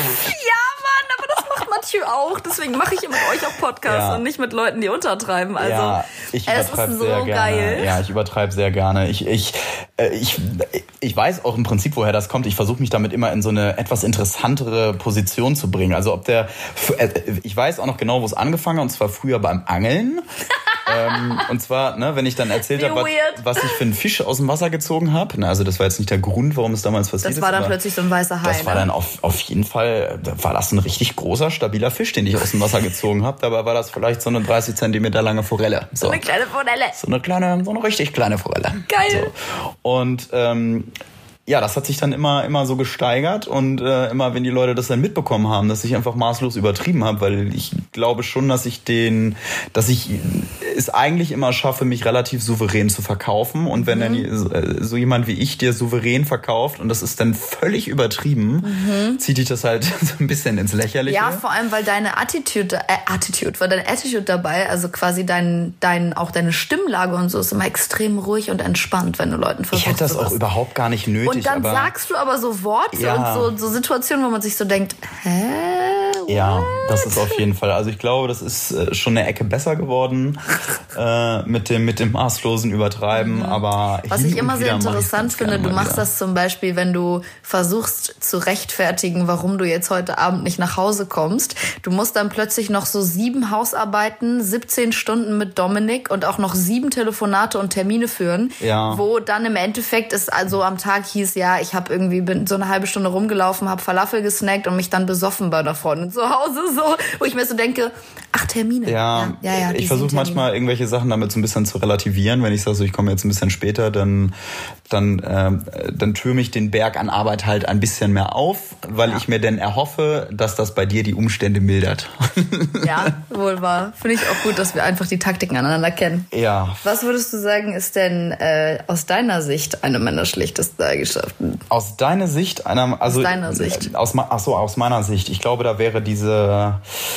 Ja, Mann, aber das macht Mathieu auch. Deswegen mache ich ja mit euch auch Podcasts Ja. und nicht mit Leuten, die untertreiben. Also, ja, ich es übertreibe ist so sehr gerne. geil. Ja, ich übertreibe sehr gerne. Ich, ich, äh, ich, ich weiß auch im Prinzip, woher das kommt. Ich versuche mich damit immer in so eine etwas interessantere Position zu bringen. Also ob der, ich weiß auch noch genau, wo es angefangen hat, und zwar früher beim Angeln. ähm, und zwar, ne, wenn ich dann erzählt habe, was, was ich für einen Fisch aus dem Wasser gezogen habe. Also das war jetzt nicht der Grund, warum es damals passiert ist. Das war dann plötzlich so ein weißer Hai. Das war dann auf, auf jeden Fall, war das ein richtig großer, stabiler Fisch, den ich aus dem Wasser gezogen habe. Dabei war das vielleicht so eine dreißig Zentimeter lange Forelle. So, so eine kleine Forelle. So eine kleine, so eine richtig kleine Forelle. Geil. So. Und ähm, ja, das hat sich dann immer immer so gesteigert und äh, immer, wenn die Leute das dann mitbekommen haben, dass ich einfach maßlos übertrieben habe, weil ich glaube schon, dass ich den, dass ich es eigentlich immer schaffe, mich relativ souverän zu verkaufen, und wenn mhm. dann so jemand wie ich dir souverän verkauft und das ist dann völlig übertrieben, mhm. zieht dich das halt so ein bisschen ins Lächerliche. Ja, vor allem, weil deine Attitude, äh, Attitude, weil deine Attitude dabei, also quasi dein, dein, auch deine Stimmlage und so ist immer extrem ruhig und entspannt, wenn du Leuten versuchst. Ich hätte das sowas. auch überhaupt gar nicht nötig. Und dann aber sagst du aber so Worte ja. und so, so Situationen, wo man sich so denkt, hä? What? Ja, das ist auf jeden Fall. Also ich glaube, das ist äh, schon eine Ecke besser geworden äh, mit dem mit dem maßlosen Übertreiben. Mhm. Aber was ich immer sehr interessant finde, du machst das zum Beispiel, wenn du versuchst zu rechtfertigen, warum du jetzt heute Abend nicht nach Hause kommst. Du musst dann plötzlich noch so sieben Hausarbeiten, siebzehn Stunden mit Dominik und auch noch sieben Telefonate und Termine führen, ja. wo dann im Endeffekt es also am Tag hieß, ja, ich habe irgendwie bin so eine halbe Stunde rumgelaufen, habe Falafel gesnackt und mich dann besoffen bei einer Freundin zu Hause, so, wo ich mir so denke, ach, Termine. Ja, ja, ja, ja ich versuche manchmal irgendwelche Sachen damit so ein bisschen zu relativieren. Wenn ich sage, so, ich komme jetzt ein bisschen später, dann dann äh, dann türme ich den Berg an Arbeit halt ein bisschen mehr auf, weil ja. ich mir denn erhoffe, dass das bei dir die Umstände mildert. Ja, wohl wahr. Finde ich auch gut, dass wir einfach die Taktiken aneinander kennen. Ja. Was würdest du sagen, ist denn äh, aus deiner Sicht eine meiner schlechtesten Eigenschaften? Aus deiner Sicht einer, also aus deiner Sicht. Aus, ach so, aus meiner Sicht. Ich glaube, da wäre diese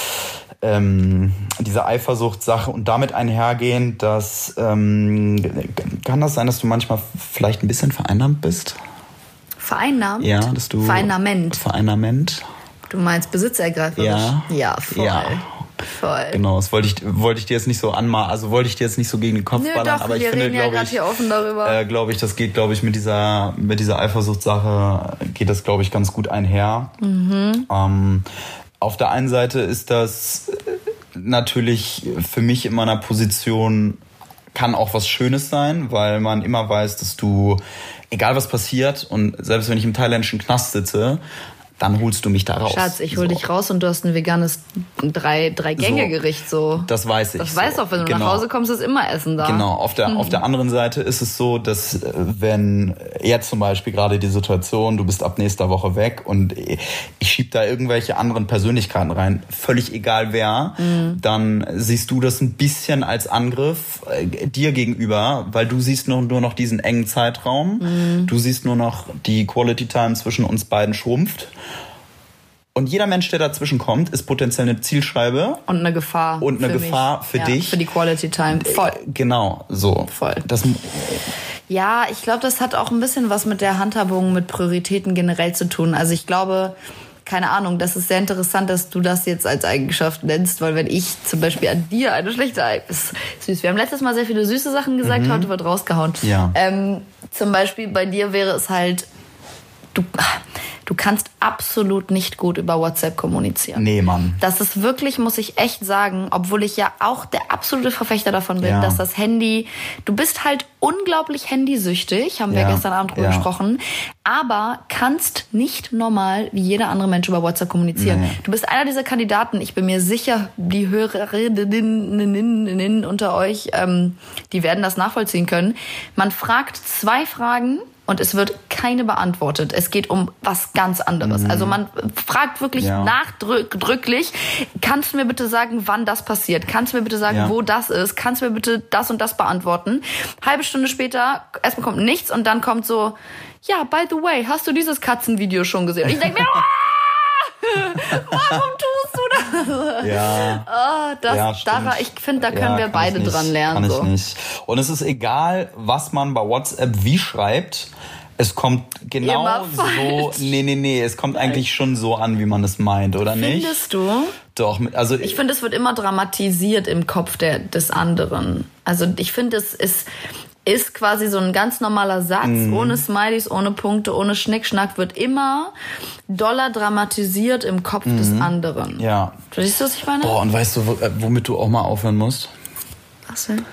ähm, diese Eifersuchtssache und damit einhergehend, dass ähm, kann das sein, dass du manchmal vielleicht ein bisschen vereinnahmt bist? Vereinnahmt? Ja, dass du Vereinnahment. Vereinnahment. Du meinst besitzergreiferisch? Ja. Ja, voll. Ja. Voll. Genau, das wollte ich, wollte ich dir jetzt nicht so anmachen, also wollte ich dir jetzt nicht so gegen den Kopf Nö, ballern, doch, aber ich wir finde, reden ja glaube gerade ich, hier offen darüber. Äh, glaube ich, das geht, glaube ich, mit dieser, mit dieser Eifersuchtssache geht das, glaube ich, ganz gut einher. Mhm. Ähm, auf der einen Seite ist das natürlich für mich in meiner Position kann auch was Schönes sein, weil man immer weiß, dass du, egal was passiert, und selbst wenn ich im thailändischen Knast sitze, dann holst du mich da raus. Schatz, ich hol so. dich raus und du hast ein veganes drei, drei Gänge Gericht so. Das weiß ich. Das weißt du so. auch, wenn du genau. nach Hause kommst, ist immer Essen da. Genau. Auf der, mhm. auf der anderen Seite ist es so, dass wenn jetzt zum Beispiel gerade die Situation, du bist ab nächster Woche weg und ich schieb da irgendwelche anderen Persönlichkeiten rein, völlig egal wer, mhm. dann siehst du das ein bisschen als Angriff äh, dir gegenüber, weil du siehst nur, nur noch diesen engen Zeitraum, mhm. du siehst nur noch die Quality Time zwischen uns beiden schrumpft. Und jeder Mensch, der dazwischen kommt, ist potenziell eine Zielscheibe. Und eine Gefahr. Und eine für Gefahr mich. für ja, dich. Für die Quality Time. Voll. Genau, so. Voll. Das, ja, ich glaube, das hat auch ein bisschen was mit der Handhabung, mit Prioritäten generell zu tun. Also ich glaube, keine Ahnung, das ist sehr interessant, dass du das jetzt als Eigenschaft nennst, weil wenn ich zum Beispiel an dir eine schlechte Eigenschaft... Süß, wir haben letztes Mal sehr viele süße Sachen gesagt, mhm. heute wird rausgehauen. Ja. Ähm, zum Beispiel bei dir wäre es halt... Du, du kannst absolut nicht gut über WhatsApp kommunizieren. Nee, Mann. Das ist wirklich, muss ich echt sagen, obwohl ich ja auch der absolute Verfechter davon bin, ja. dass das Handy, du bist halt unglaublich handysüchtig, haben wir ja. gestern Abend drüber ja. gesprochen, aber kannst nicht normal wie jeder andere Mensch über WhatsApp kommunizieren. Nee. Du bist einer dieser Kandidaten, ich bin mir sicher, die Hörerinnen unter euch, ähm, die werden das nachvollziehen können. Man fragt zwei Fragen, und es wird keine beantwortet. Es geht um was ganz anderes. Mhm. Also man fragt wirklich ja. nachdrücklich, kannst du mir bitte sagen, wann das passiert? Kannst du mir bitte sagen, ja. wo das ist? Kannst du mir bitte das und das beantworten? Halbe Stunde später, erstmal kommt nichts und dann kommt so, ja, by the way, hast du dieses Katzenvideo schon gesehen? Und ich denke mir, warum tust du das? Ja. Oh, das, ja, daran, ich finde, da können ja, wir beide nicht, dran lernen. Kann ich so. nicht. Und es ist egal, was man bei WhatsApp wie schreibt. Es kommt genau Immer so. falsch. Nee, nee, nee. Es kommt eigentlich schon so an, wie man es meint, oder nicht? Findest du? Doch, also Ich finde, es wird immer dramatisiert im Kopf der, des anderen. Also ich finde, es ist, ist quasi so ein ganz normaler Satz, mhm. ohne Smileys, ohne Punkte, ohne Schnickschnack, wird immer doller dramatisiert im Kopf mhm. des anderen. Ja. Verstehst du, was ich meine? Boah, und weißt du, womit du auch mal aufhören musst? Was denn?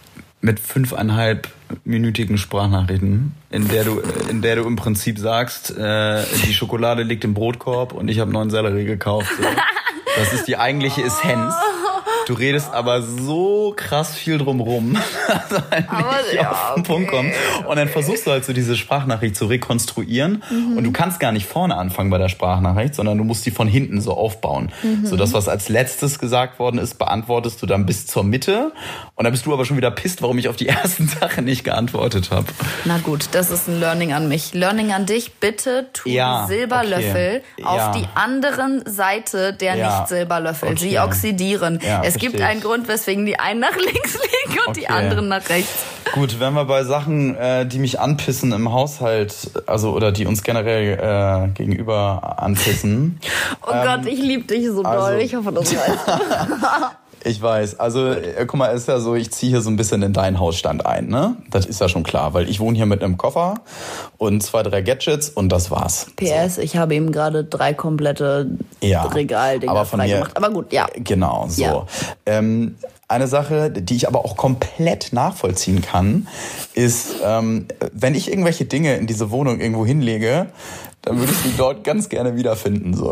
Mit fünfeinhalb minütigen Sprachnachrichten, in der du, in der du im Prinzip sagst, äh, die Schokolade liegt im Brotkorb und ich habe neuen Sellerie gekauft. So. Das ist die eigentliche Essenz. Du redest aber so krass viel drumrum, dass du halt aber, nicht ja, auf den okay. Punkt kommst. Und dann versuchst du halt so diese Sprachnachricht zu rekonstruieren. Mhm. Und du kannst gar nicht vorne anfangen bei der Sprachnachricht, sondern du musst die von hinten so aufbauen. Mhm. So das, was als letztes gesagt worden ist, beantwortest du dann bis zur Mitte. Und dann bist du aber schon wieder pisst, warum ich auf die ersten Sachen nicht geantwortet habe. Na gut, das ist ein Learning an mich. Learning an dich, bitte tu ja, die Silberlöffel okay. auf ja. die anderen Seite der ja. Nicht-Silberlöffel. Okay. Sie oxidieren. Ja, es gibt einen Grund, weswegen die einen nach links liegen und okay. die anderen nach rechts. Gut, wenn wir bei Sachen, äh, die mich anpissen im Haushalt, also oder die uns generell äh, gegenüber anpissen. Oh ähm, Gott, ich liebe dich so doll. also, Ich hoffe, das weißt du. Ich weiß, also äh, guck mal, es ist ja so, ich ziehe hier so ein bisschen in deinen Hausstand ein, ne? Das ist ja schon klar, weil ich wohne hier mit einem Koffer und zwei, drei Gadgets und das war's. P S, so. Ich habe ihm gerade drei komplette ja, Regaldinger aber von mir, gemacht. Aber gut, ja. Genau, so. Ja. Ähm, eine Sache, die ich aber auch komplett nachvollziehen kann, ist, ähm, wenn ich irgendwelche Dinge in diese Wohnung irgendwo hinlege, dann würde ich sie dort ganz gerne wiederfinden. So.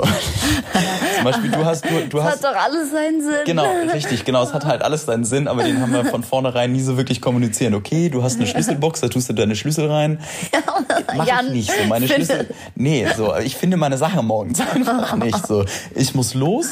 Zum Beispiel, du hast... Du, du das hast, hat doch alles seinen Sinn. Genau, richtig, genau. Es hat halt alles seinen Sinn, aber den haben wir von vornherein nie so wirklich kommunizieren. Okay, du hast eine Schlüsselbox, da tust du deine Schlüssel rein. Mach Jan, ich nicht so. Meine finde. Schlüssel... Nee, so, ich finde meine Sache morgens einfach nicht so. Ich muss los.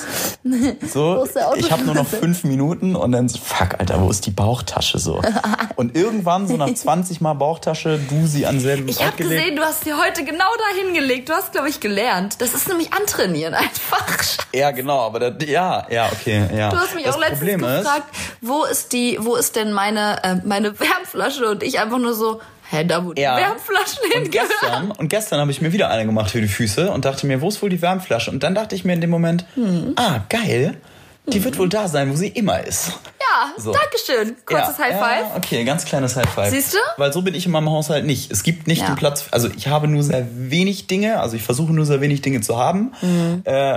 So, Wo ist der ich habe nur noch fünf Minuten und dann so, fuck, Alter, wo ist die Bauchtasche so? Und irgendwann so nach zwanzig Mal Bauchtasche, du sie an selben Ich Ort habe gelegt. gesehen, du hast sie heute genau dahin gelegt. Du hast, glaube ich, gelernt. Das ist nämlich antrainieren einfach. Ja, genau, aber das, ja, ja, okay, ja. Du hast mich das auch letztens Problem gefragt, ist, wo ist die, wo ist denn meine, äh, meine Wärmflasche? Und ich einfach nur so, hä, da wo die ja. Wärmflaschen und hingehören. gestern, und gestern habe ich mir wieder eine gemacht für die Füße und dachte mir, wo ist wohl die Wärmflasche? Und dann dachte ich mir in dem Moment, hm. ah, geil, die hm. wird wohl da sein, wo sie immer ist. Ja, so. Dankeschön. Kurzes ja, High Five. Ja, okay, ganz kleines High Five. Siehst du? Weil so bin ich in meinem Haushalt nicht. Es gibt nicht ja. den Platz, also ich habe nur sehr wenig Dinge, also ich versuche nur sehr wenig Dinge zu haben. Mhm. Äh,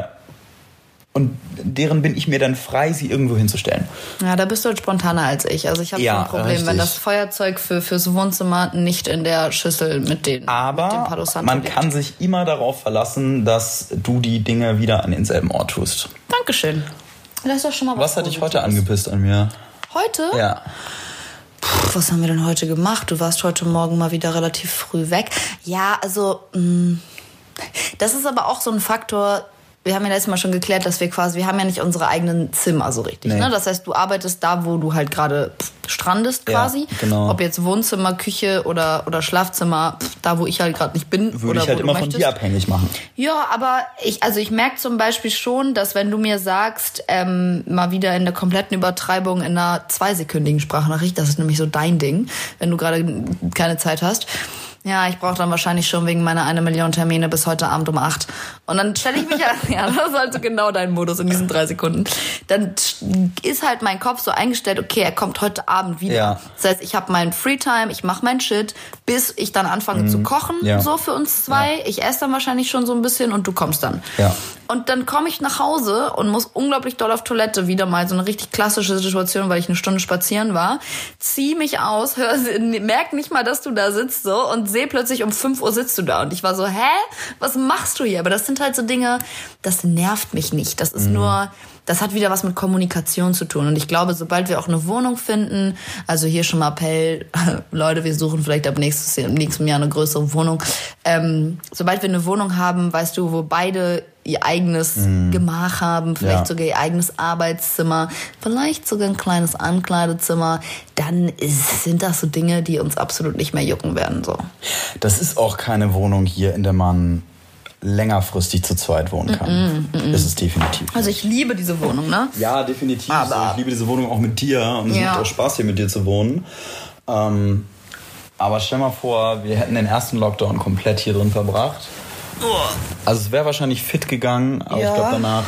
und deren bin ich mir dann frei, sie irgendwo hinzustellen. Ja, da bist du halt spontaner als ich. Also ich habe ja, ein Problem, richtig. wenn das Feuerzeug für, fürs Wohnzimmer nicht in der Schüssel mit den Aber mit dem Palo Santo man liegt. kann sich immer darauf verlassen, dass du die Dinge wieder an denselben Ort tust. Dankeschön. Das ist doch schon mal was Was hat dich heute angepisst an mir? Heute? Ja. Puh, was haben wir denn heute gemacht? Du warst heute Morgen mal wieder relativ früh weg. Ja, also mh, das ist aber auch so ein Faktor. Wir haben ja letztes Mal schon geklärt, dass wir quasi, wir haben ja nicht unsere eigenen Zimmer so richtig. Nee. Ne? Das heißt, du arbeitest da, wo du halt gerade strandest quasi. Ja, genau. Ob jetzt Wohnzimmer, Küche oder, oder Schlafzimmer, da wo ich halt gerade nicht bin. Würde oder ich halt wo immer du von möchtest. dir abhängig machen. Ja, aber ich, also ich merke zum Beispiel schon, dass wenn du mir sagst, ähm, mal wieder in der kompletten Übertreibung in einer zweisekündigen Sprachnachricht, das ist nämlich so dein Ding, wenn du gerade keine Zeit hast. Ja, ich brauche dann wahrscheinlich schon wegen meiner eine Million Termine bis heute Abend um acht. Und dann stelle ich mich ja, ja, das ist also genau dein Modus in diesen drei Sekunden. Dann ist halt mein Kopf so eingestellt, okay, er kommt heute Abend wieder. Ja. Das heißt, ich habe meinen Freetime, ich mache meinen Shit, bis ich dann anfange mhm. zu kochen, ja. so für uns zwei. Ja. Ich esse dann wahrscheinlich schon so ein bisschen und du kommst dann. Ja. Und dann komme ich nach Hause und muss unglaublich doll auf Toilette. Wieder mal so eine richtig klassische Situation, weil ich eine Stunde spazieren war. Zieh mich aus, hör, merk nicht mal, dass du da sitzt so und sehe plötzlich um fünf Uhr sitzt du da. Und ich war so, hä? Was machst du hier? Aber das sind halt so Dinge, das nervt mich nicht. Das ist mhm. nur... Das hat wieder was mit Kommunikation zu tun. Und ich glaube, sobald wir auch eine Wohnung finden, also hier schon mal Appell, Leute, wir suchen vielleicht ab nächstes Jahr, nächstem Jahr eine größere Wohnung. Ähm, sobald wir eine Wohnung haben, weißt du, wo beide ihr eigenes mm. Gemach haben, vielleicht ja. sogar ihr eigenes Arbeitszimmer, vielleicht sogar ein kleines Ankleidezimmer, dann ist, sind das so Dinge, die uns absolut nicht mehr jucken werden. So. Das ist auch keine Wohnung hier, in der man längerfristig zu zweit wohnen kann. Mm-mm, mm-mm. Das ist definitiv. Also ich liebe diese Wohnung, ne? Ja, definitiv. Aber so, ich liebe diese Wohnung auch mit dir und es ja. macht auch Spaß, hier mit dir zu wohnen. Ähm, aber stell mal vor, wir hätten den ersten Lockdown komplett hier drin verbracht. Also es wäre wahrscheinlich fit gegangen, aber ja. ich glaube danach...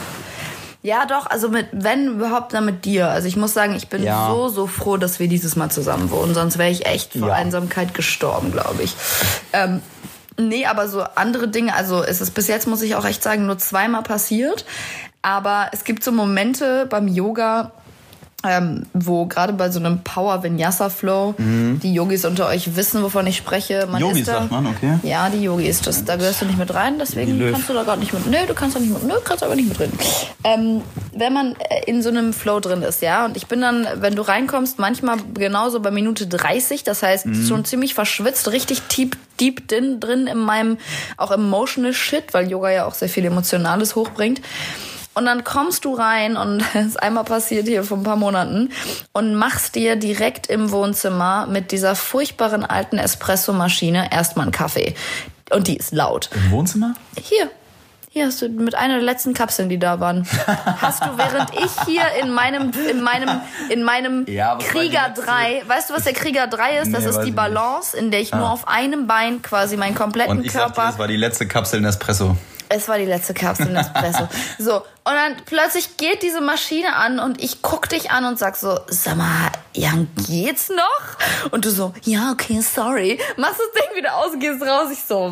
Ja, doch, also mit, wenn überhaupt, dann mit dir. Also ich muss sagen, ich bin ja. so, so froh, dass wir dieses Mal zusammen wohnen. Sonst wäre ich echt vor ja. Einsamkeit gestorben, glaube ich. Ähm, nee, aber so andere Dinge, also es ist bis jetzt, muss ich auch echt sagen, nur zweimal passiert. Aber es gibt so Momente beim Yoga, ähm, wo gerade bei so einem Power-Vinyasa-Flow, mhm. die Yogis unter euch wissen, wovon ich spreche. Man Yogis, ist da, sagt man, okay. Ja, die Yogis, das, da gehörst du nicht mit rein, deswegen kannst du da gar nicht mit, nö, du kannst da nicht mit, nö, kannst aber nicht mit drin. Ähm, wenn man in so einem Flow drin ist, ja, und ich bin dann, wenn du reinkommst, manchmal genauso bei Minute dreißig, das heißt, mhm. schon ziemlich verschwitzt, richtig deep, deep drin, drin in meinem, auch emotional Shit, weil Yoga ja auch sehr viel Emotionales hochbringt. Und dann kommst du rein, und das ist einmal passiert hier vor ein paar Monaten, und machst dir direkt im Wohnzimmer mit dieser furchtbaren alten Espressomaschine erstmal einen Kaffee. Und die ist laut. Im Wohnzimmer? Hier. Hier hast du mit einer der letzten Kapseln, die da waren, hast du, während ich hier in meinem, in meinem, in meinem ja, Krieger drei, weißt du, was der Krieger drei ist? Das nee, ist die Balance, in der ich ah. nur auf einem Bein quasi meinen kompletten und ich Körper... Sagte, das war die letzte Kapsel Nespresso. Es war die letzte Kapsel Nespresso. So, und dann plötzlich geht diese Maschine an und ich guck dich an und sag so, sag mal, Jan, geht's noch? Und du so, ja, okay, sorry. Machst das Ding wieder aus und gehst raus. Ich so,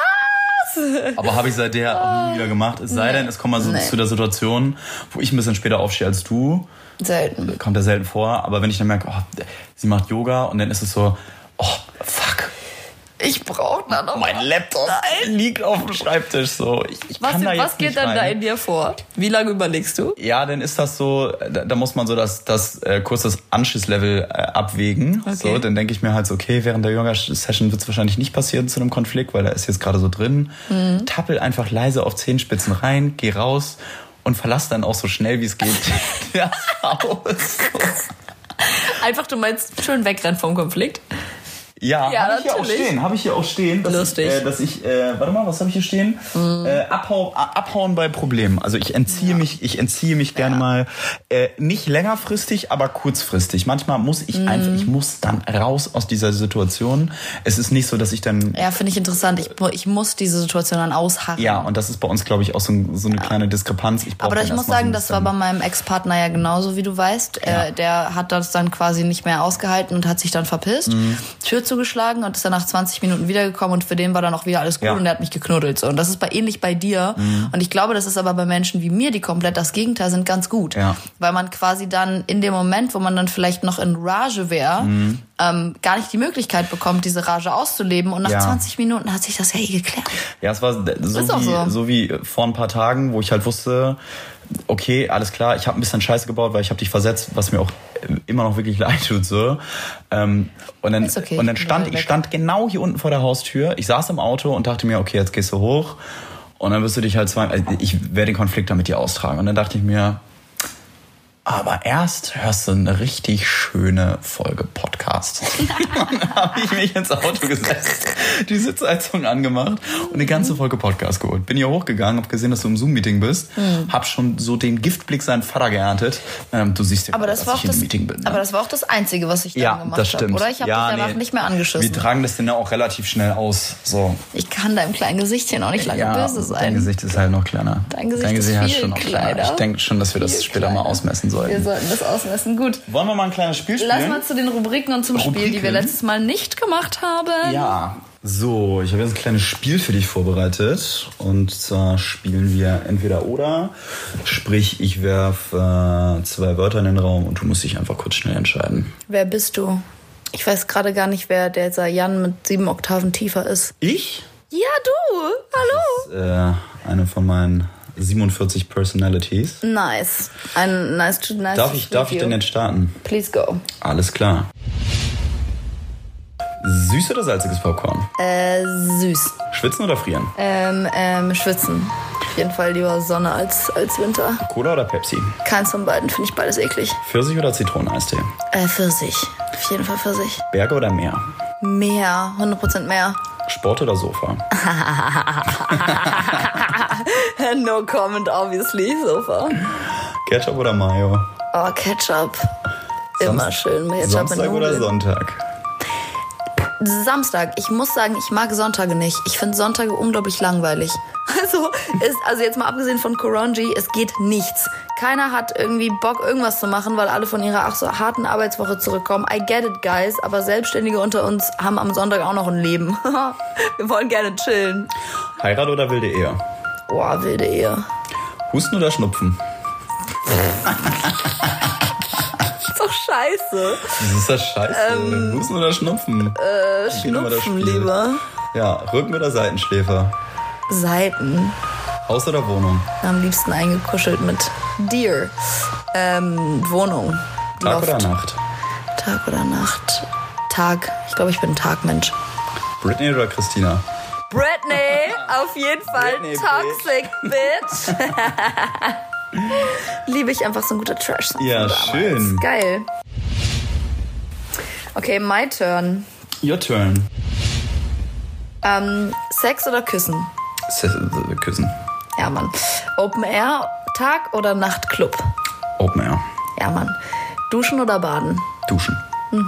was? Aber habe ich seitdem auch nie wieder gemacht. Es sei nee. denn, es kommt mal so nee. zu der Situation, wo ich ein bisschen später aufstehe als du. Selten. Kommt ja selten vor. Aber wenn ich dann merke, oh, sie macht Yoga, und dann ist es so, oh, fuck. Ich brauche da noch. Mein Laptop Nein. liegt auf dem Schreibtisch. So. Ich, ich was kann da was jetzt geht nicht dann rein. da in dir vor? Wie lange überlegst du? Ja, dann ist das so, da, da muss man so das, das äh, kurz das Anschlusslevel äh, abwägen. Okay. So, dann denke ich mir halt so, okay, während der Yoga-Session wird es wahrscheinlich nicht passieren zu einem Konflikt, weil er ist jetzt gerade so drin. Mhm. Tappel einfach leise auf Zehenspitzen rein, geh raus und verlass dann auch so schnell wie es geht das Haus. Einfach, du meinst, schön wegrennen vom Konflikt? Ja, ja, habe ich hier auch stehen. Habe ich hier auch stehen. Dass Lustig. Ich, äh, dass ich, äh, warte mal, was habe ich hier stehen? Mm. Äh, abhau, abhauen bei Problemen. Also ich entziehe ja. mich, ich entziehe mich gerne ja. mal, äh, nicht längerfristig, aber kurzfristig. Manchmal muss ich mm. einfach, ich muss dann raus aus dieser Situation. Es ist nicht so, dass ich dann... Ja, finde ich interessant. Ich, ich muss diese Situation dann ausharren. Ja, und das ist bei uns, glaube ich, auch so, so eine ja. kleine Diskrepanz. Ich aber ich muss sagen, so das war bei meinem Ex-Partner ja genauso, wie du weißt. Ja. Äh, der hat das dann quasi nicht mehr ausgehalten und hat sich dann verpisst. Mm. Tür zugeschlagen und ist dann nach zwanzig Minuten wiedergekommen, und für den war dann auch wieder alles gut, ja. und der hat mich geknuddelt. So. Und das ist bei ähnlich bei dir. Mhm. Und ich glaube, das ist aber bei Menschen wie mir, die komplett das Gegenteil sind, ganz gut. Ja. Weil man quasi dann in dem Moment, wo man dann vielleicht noch in Rage wäre, mhm. ähm, gar nicht die Möglichkeit bekommt, diese Rage auszuleben. Und nach ja. zwanzig Minuten hat sich das ja eh geklärt. Ja, es war so, wie, so. so wie vor ein paar Tagen, wo ich halt wusste, okay, alles klar, ich habe ein bisschen Scheiße gebaut, weil ich habe dich versetzt, was mir auch immer noch wirklich leid tut. So. Ähm, und dann, okay, und dann stand ich stand genau hier unten vor der Haustür. Ich saß im Auto und dachte mir, okay, jetzt gehst du hoch. Und dann wirst du dich halt zwei... Also ich werde den Konflikt da mit dir austragen. Und dann dachte ich mir, aber erst hörst du eine richtig schöne Folge Podcast. Dann habe ich mich ins Auto gesetzt, die Sitzheizung angemacht und eine ganze Folge Podcast geholt. Bin hier hochgegangen, habe gesehen, dass du im Zoom-Meeting bist, mhm. hab schon so den Giftblick seinen Vater geerntet. Ähm, du siehst ja, aber das dass war ich in einem Meeting bin. Ne? Aber das war auch das Einzige, was ich dann ja, gemacht habe, oder? Ich habe ja, dich danach nee. nicht mehr angeschissen. Wir tragen das denn ja auch relativ schnell aus. So. Ich kann deinem kleinen Gesichtchen auch nicht lange ja, böse sein. Dein Gesicht ist halt noch kleiner. Dein Gesicht, dein Gesicht ist viel ist schon noch kleiner. kleiner. Ich denke schon, dass wir das viel später kleiner. mal ausmessen sollten. Wir sollten das ausmessen. Gut. Wollen wir mal ein kleines Spiel spielen? Lass mal zu den Rubriken und zum Rubriken. Spiel, die wir letztes Mal nicht gemacht haben. Ja, so, ich habe jetzt ein kleines Spiel für dich vorbereitet. Und zwar spielen wir entweder oder. Sprich, ich werfe äh, zwei Wörter in den Raum und du musst dich einfach kurz schnell entscheiden. Wer bist du? Ich weiß gerade gar nicht, wer der Jan mit sieben Oktaven tiefer ist. Ich? Ja, du. Hallo. Das ist äh, eine von meinen siebenundvierzig Personalities. Nice. Ein nice to nice. Darf ich, darf ich denn jetzt starten? Please go. Alles klar. Süß oder salziges Popcorn? Äh, süß. Schwitzen oder frieren? Ähm, ähm, schwitzen. Auf jeden Fall lieber Sonne als, als Winter. Cola oder Pepsi? Keins von beiden, finde ich beides eklig. Pfirsich oder Zitroneneistee? Äh, Pfirsich. Auf jeden Fall Pfirsich. Berge oder Meer? Meer. hundert Prozent Meer. Sport oder Sofa? No comment, obviously, Sofa. Ketchup oder Mayo? Oh, Ketchup. Immer Samst- schön. Ketchup Samstag mit oder Nudeln. Sonntag? Samstag. Ich muss sagen, ich mag Sonntage nicht. Ich finde Sonntage unglaublich langweilig. Also, ist, also jetzt mal abgesehen von Koronji, es geht nichts. Keiner hat irgendwie Bock, irgendwas zu machen, weil alle von ihrer ach so harten Arbeitswoche zurückkommen. I get it, guys, aber Selbstständige unter uns haben am Sonntag auch noch ein Leben. Wir wollen gerne chillen. Heirat oder wilde Ehe? Boah, wilde Ehe. Husten oder Schnupfen? Ist doch scheiße. Das ist das Scheiße. Ähm, Husten oder Schnupfen? Äh, Wie geht immer das Schnupfen Spiel? lieber. Ja, Rücken- oder Seitenschläfer? Seiten. Haus oder Wohnung? Am liebsten eingekuschelt mit dir. Ähm, Wohnung. Tag Loft. oder Nacht? Tag oder Nacht? Tag. Ich glaube, ich bin ein Tagmensch. Britney oder Christina? Britney, auf jeden Fall. Britney, Toxic Bitch. Liebe ich einfach so ein guter Trash-Song. Ja, von damals. schön. Geil. Okay, my turn. Your turn. Ähm, Sex oder Küssen? S- s- Küssen. Ja, Mann. Open Air, Tag oder Nachtclub? Open Air. Ja, Mann. Duschen oder baden? Duschen.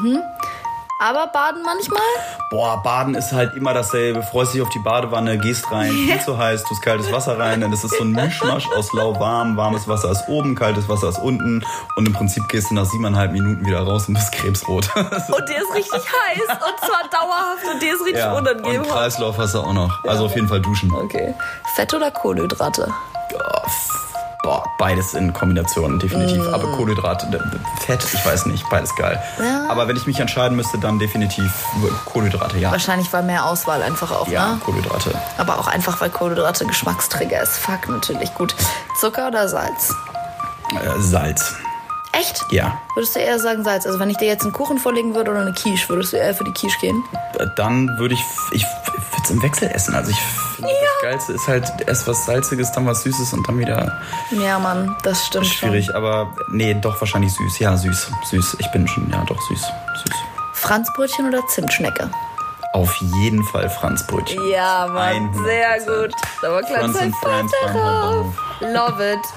Aber baden manchmal? Boah, Baden ist halt immer dasselbe. Freust dich auf die Badewanne, gehst rein, viel zu heiß, tust kaltes Wasser rein. Denn das ist so ein Mischmasch aus lauwarm, warmes Wasser ist oben, kaltes Wasser ist unten. Und im Prinzip gehst du nach siebeneinhalb Minuten wieder raus und bist krebsrot. Und dir ist richtig heiß. Und zwar dauerhaft. Und dir ist richtig Ja, unangenehm. und Kreislauf hast du auch noch. Also auf jeden Fall duschen. Okay. Fett oder Kohlenhydrate? Boah, beides in Kombination, definitiv. Mm. Aber Kohlenhydrate, d- Fett, ich weiß nicht, beides geil. Ja. Aber wenn ich mich entscheiden müsste, dann definitiv Kohlenhydrate, ja. Wahrscheinlich war mehr Auswahl einfach auch, Ja, ne? Kohlenhydrate. Aber auch einfach, weil Kohlenhydrate Geschmacksträger ist. Fuck, natürlich gut. Zucker oder Salz? Äh, Salz. Echt? Ja. Würdest du eher sagen Salz? Also wenn ich dir jetzt einen Kuchen vorlegen würde oder eine Quiche, würdest du eher für die Quiche gehen? Dann würde ich, ich würde es im Wechsel essen. Also ich finde, das Geilste ist halt erst was Salziges, dann was Süßes und dann wieder Ja, Mann, das stimmt schwierig. schon. Aber nee, doch wahrscheinlich süß. Ja, süß. Süß. Ich bin schon, ja doch, süß. Süß. Franzbrötchen oder Zimtschnecke? Auf jeden Fall Franzbrötchen. Ja, Mann, hundert sehr Prozent. gut. Da war klar Franz sein and Friends Vater beim drauf. Hauptbahnhof. Love it.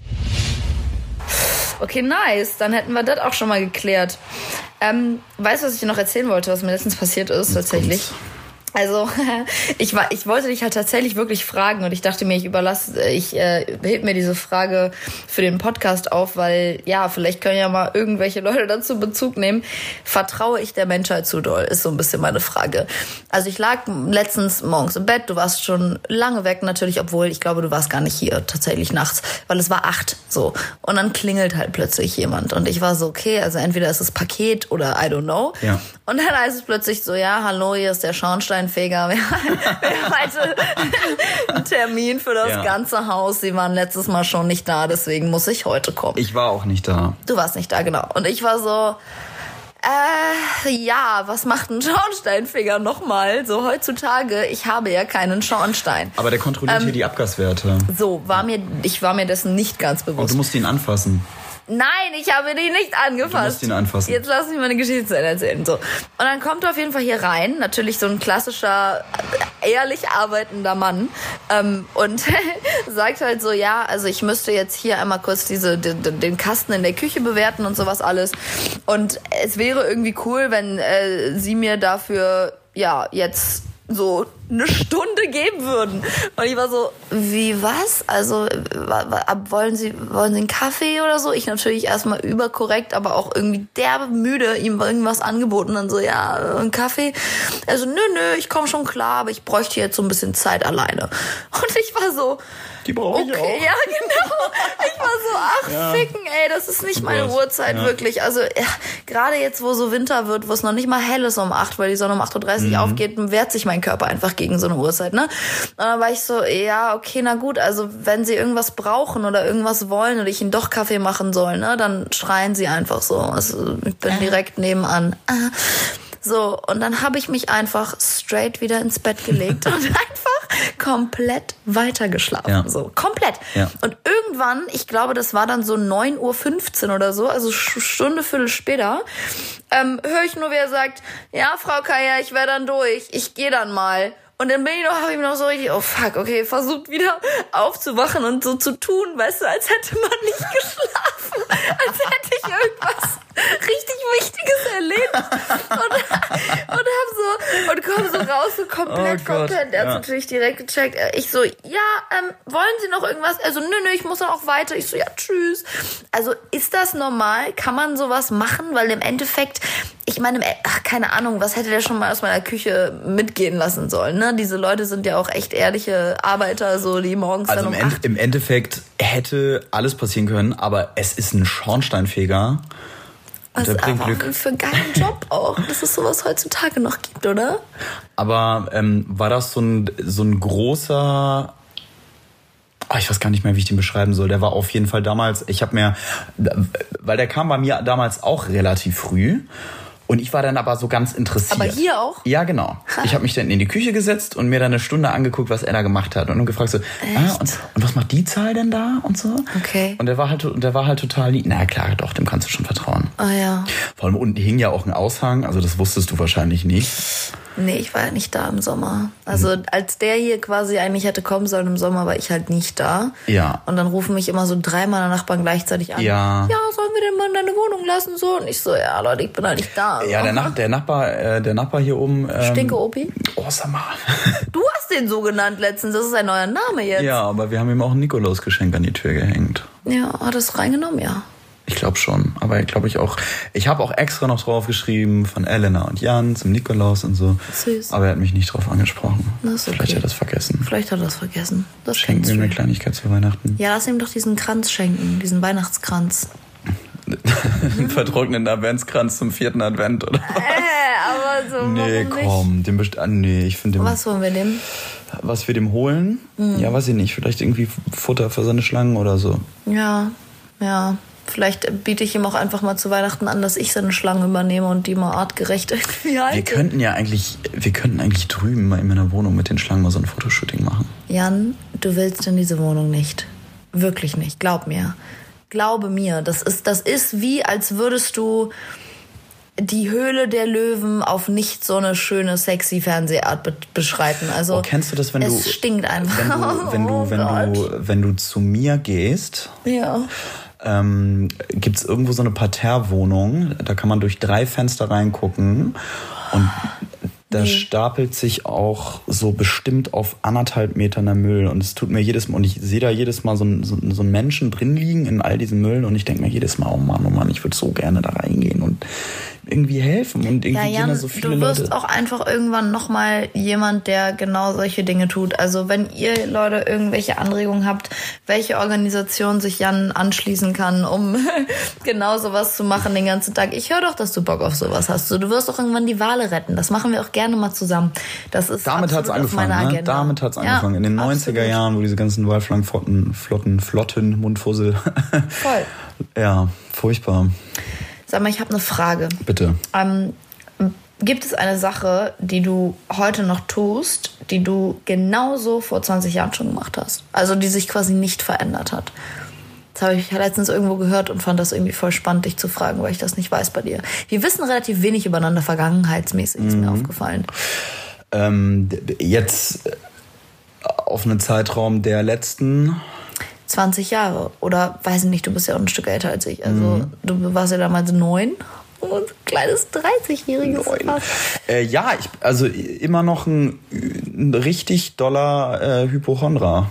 Okay, nice. Dann hätten wir das auch schon mal geklärt. Ähm, weißt du, was ich dir noch erzählen wollte, was mir letztens passiert ist, tatsächlich? kommt's. Also, ich war, ich wollte dich halt tatsächlich wirklich fragen und ich dachte mir, ich überlasse, ich äh, heb mir diese Frage für den Podcast auf, weil, ja, vielleicht können ja mal irgendwelche Leute dazu Bezug nehmen. Vertraue ich der Menschheit zu doll, ist so ein bisschen meine Frage. Also ich lag letztens morgens im Bett, du warst schon lange weg natürlich, obwohl ich glaube, du warst gar nicht hier, tatsächlich nachts, weil es war acht, so. Und dann klingelt halt plötzlich jemand und ich war so, okay, also entweder ist es Paket oder I don't know. Ja. Und dann heißt es plötzlich so, ja, hallo, hier ist der Schornsteinfeger. Wir haben heute einen Termin für das Ja. ganze Haus. Sie waren letztes Mal schon nicht da, deswegen muss ich heute kommen. Ich war auch nicht da. Du warst nicht da, genau. Und ich war so, äh, ja, was macht ein Schornsteinfeger nochmal? So heutzutage, ich habe ja keinen Schornstein. Aber der kontrolliert Ähm, hier die Abgaswerte. So, war mir, ich war mir dessen nicht ganz Und bewusst. du musst ihn anfassen. Nein, ich habe die nicht angefasst. Du musst ihn anfassen. Jetzt lass mich meine Geschichte zu Ende erzählen. So. Und dann kommt er auf jeden Fall hier rein. Natürlich so ein klassischer, ehrlich arbeitender Mann. Ähm, und sagt halt so, ja, also ich müsste jetzt hier einmal kurz diese, den, den Kasten in der Küche bewerten und sowas alles. Und es wäre irgendwie cool, wenn äh, Sie mir dafür, ja, jetzt so eine Stunde geben würden. Und ich war so, wie was? Also wa- wa- wollen Sie wollen Sie einen Kaffee oder so? Ich natürlich erstmal überkorrekt, aber auch irgendwie derbe müde, ihm irgendwas angeboten. Dann so, ja, ein Kaffee. Also nö, nö, ich komme schon klar, aber ich bräuchte jetzt so ein bisschen Zeit alleine. Und ich war so, Die brauche ich okay, auch. ja, genau. Ich war so, ach, Ja. ficken, ey, das ist nicht Oh meine Gott, Uhrzeit, ja. wirklich. Also, ja, gerade jetzt, wo so Winter wird, wo es noch nicht mal hell ist um acht, weil die Sonne um acht Uhr dreißig Mhm. aufgeht, wehrt sich mein Körper einfach gegen so eine Uhrzeit, ne? Und dann war ich so, ja, okay, na gut, also, wenn sie irgendwas brauchen oder irgendwas wollen oder ich ihnen doch Kaffee machen soll, ne, dann schreien sie einfach so. Also, ich bin direkt nebenan. Ah. So, und dann habe ich mich einfach straight wieder ins Bett gelegt und einfach komplett weitergeschlafen. Ja. So, komplett. Ja. Und irgendwann, ich glaube, das war dann so neun Uhr fünfzehn oder so, also Stunde, Viertel später, ähm, höre ich nur, wie er sagt, ja, Frau Kaya, ich wäre dann durch, ich gehe dann mal. Und dann bin ich noch, habe ich mir noch so richtig, oh fuck, okay, versucht wieder aufzuwachen und so zu tun, weißt du, als hätte man nicht geschlafen, als hätte ich irgendwas richtig Wichtiges erlebt und, und hab so, und komm so raus, so komplett Oh Gott, verpennt. Er hat ja. natürlich direkt gecheckt. Ich so, ja, ähm, wollen Sie noch irgendwas? Also, nö, nö, ich muss dann auch weiter. Ich so, ja, tschüss. Also, ist das normal? Kann man sowas machen? Weil im Endeffekt, ich meine, ach, keine Ahnung, was hätte der schon mal aus meiner Küche mitgehen lassen sollen, ne? Diese Leute sind ja auch echt ehrliche Arbeiter, so, die morgens Also dann um im, End, acht... im Endeffekt hätte alles passieren können, aber es ist ein Schornsteinfeger. Was der bringt aber Glück. für einen geilen Job auch, dass es sowas heutzutage noch gibt, oder? Aber ähm, war das so ein, so ein großer... Oh, ich weiß gar nicht mehr, wie ich den beschreiben soll. Der war auf jeden Fall damals... Ich habe mir... Weil der kam bei mir damals auch relativ früh. Und ich war dann aber so ganz interessiert. Aber hier auch? Ja, genau. Ich habe mich dann in die Küche gesetzt und mir dann eine Stunde angeguckt, was er da gemacht hat. Und nur gefragt so, ah, und, und was macht die Zahl denn da? Und so. Okay. Und der war halt, und der war halt total lieb. Na klar, doch, dem kannst du schon vertrauen. Ah ja. Vor allem unten hing ja auch ein Aushang, also das wusstest du wahrscheinlich nicht. Nee, ich war ja nicht da im Sommer. Also als der hier quasi eigentlich hätte kommen sollen im Sommer, war ich halt nicht da. Ja. Und dann rufen mich immer so drei meiner Nachbarn gleichzeitig an. Ja. Ja, sollen wir denn mal in deine Wohnung lassen? So. Und ich so, ja Leute, ich bin halt nicht da. Ja, der, Nach der Nachbar, äh, der Nachbar hier oben. Ähm, Stinke Opi? Oh, sag mal. Du hast den so genannt letztens, das ist ein neuer Name jetzt. Ja, aber wir haben ihm auch ein Nikolausgeschenk an die Tür gehängt. Ja, hat das reingenommen, ja. Ich glaube schon, aber ich glaube ich auch. Ich habe auch extra noch drauf geschrieben von Elena und Jan zum Nikolaus und so. Süß. Aber er hat mich nicht drauf angesprochen. Das ist okay. Vielleicht hat er das vergessen. Vielleicht hat er das vergessen. Das Schenken wir ihm eine Kleinigkeit zu Weihnachten. Ja, lass ihm doch diesen Kranz schenken, diesen Weihnachtskranz. Einen vertrockneten Adventskranz zum vierten Advent, oder? Äh, aber so, Nee, komm, den best- ah, nee, ich finde Was wollen wir dem? Was wir dem holen? Mhm. Ja, weiß ich nicht. Vielleicht irgendwie Futter für seine Schlangen oder so. Ja, ja. Vielleicht biete ich ihm auch einfach mal zu Weihnachten an, dass ich seine Schlange übernehme und die mal artgerecht irgendwie halte. Wir könnten ja eigentlich, wir könnten eigentlich drüben mal in meiner Wohnung mit den Schlangen mal so ein Fotoshooting machen. Jan, du willst in diese Wohnung nicht. Wirklich nicht. Glaub mir. Glaube mir. Das ist, das ist wie, als würdest du die Höhle der Löwen auf nicht so eine schöne, sexy Fernsehart be- beschreiten. Also, oh, kennst du das, wenn es du... Es stinkt einfach. Wenn du, wenn, Oh du, wenn, Gott. du, wenn du zu mir gehst... Ja. Ähm, gibt es irgendwo so eine Parterre-Wohnung, da kann man durch drei Fenster reingucken und da nee. stapelt sich auch so bestimmt auf anderthalb Metern der Müll und es tut mir jedes Mal, und ich sehe da jedes Mal so, so, so einen Menschen drin liegen in all diesem Müll und ich denke mir jedes Mal, oh Mann, oh Mann, ich würde so gerne da reingehen und irgendwie helfen und irgendwie Ja, Jan, gehen da so viele du wirst Leute. auch einfach irgendwann nochmal jemand, der genau solche Dinge tut. Also wenn ihr Leute irgendwelche Anregungen habt, welche Organisation sich Jan anschließen kann, um genau sowas zu machen den ganzen Tag. Ich höre doch, dass du Bock auf sowas hast. Du wirst auch irgendwann die Wale retten. Das machen wir auch gerne mal zusammen. Das ist Damit hat's absolut auf meiner angefangen, ne? Agenda. Damit hat's Ja, angefangen. In den neunziger absolut. Jahren, wo diese ganzen Walfangflotten, Flotten, Flotten, Mundfussel. Voll. Ja, furchtbar. Sag mal, ich habe eine Frage. Bitte. Ähm, gibt es eine Sache, die du heute noch tust, die du genauso vor zwanzig Jahren schon gemacht hast? Also die sich quasi nicht verändert hat? Das habe ich letztens irgendwo gehört und fand das irgendwie voll spannend, dich zu fragen, weil ich das nicht weiß bei dir. Wir wissen relativ wenig übereinander, vergangenheitsmäßig, ist Mhm. mir aufgefallen. Ähm, jetzt auf einen Zeitraum der letzten... zwanzig Jahre. Oder, weiß ich nicht, du bist ja auch ein Stück älter als ich. Also Mhm. du warst ja damals neun. Und ein kleines dreißigjähriges. Äh, ja, ich, also immer noch ein, ein richtig doller äh, Hypochondra.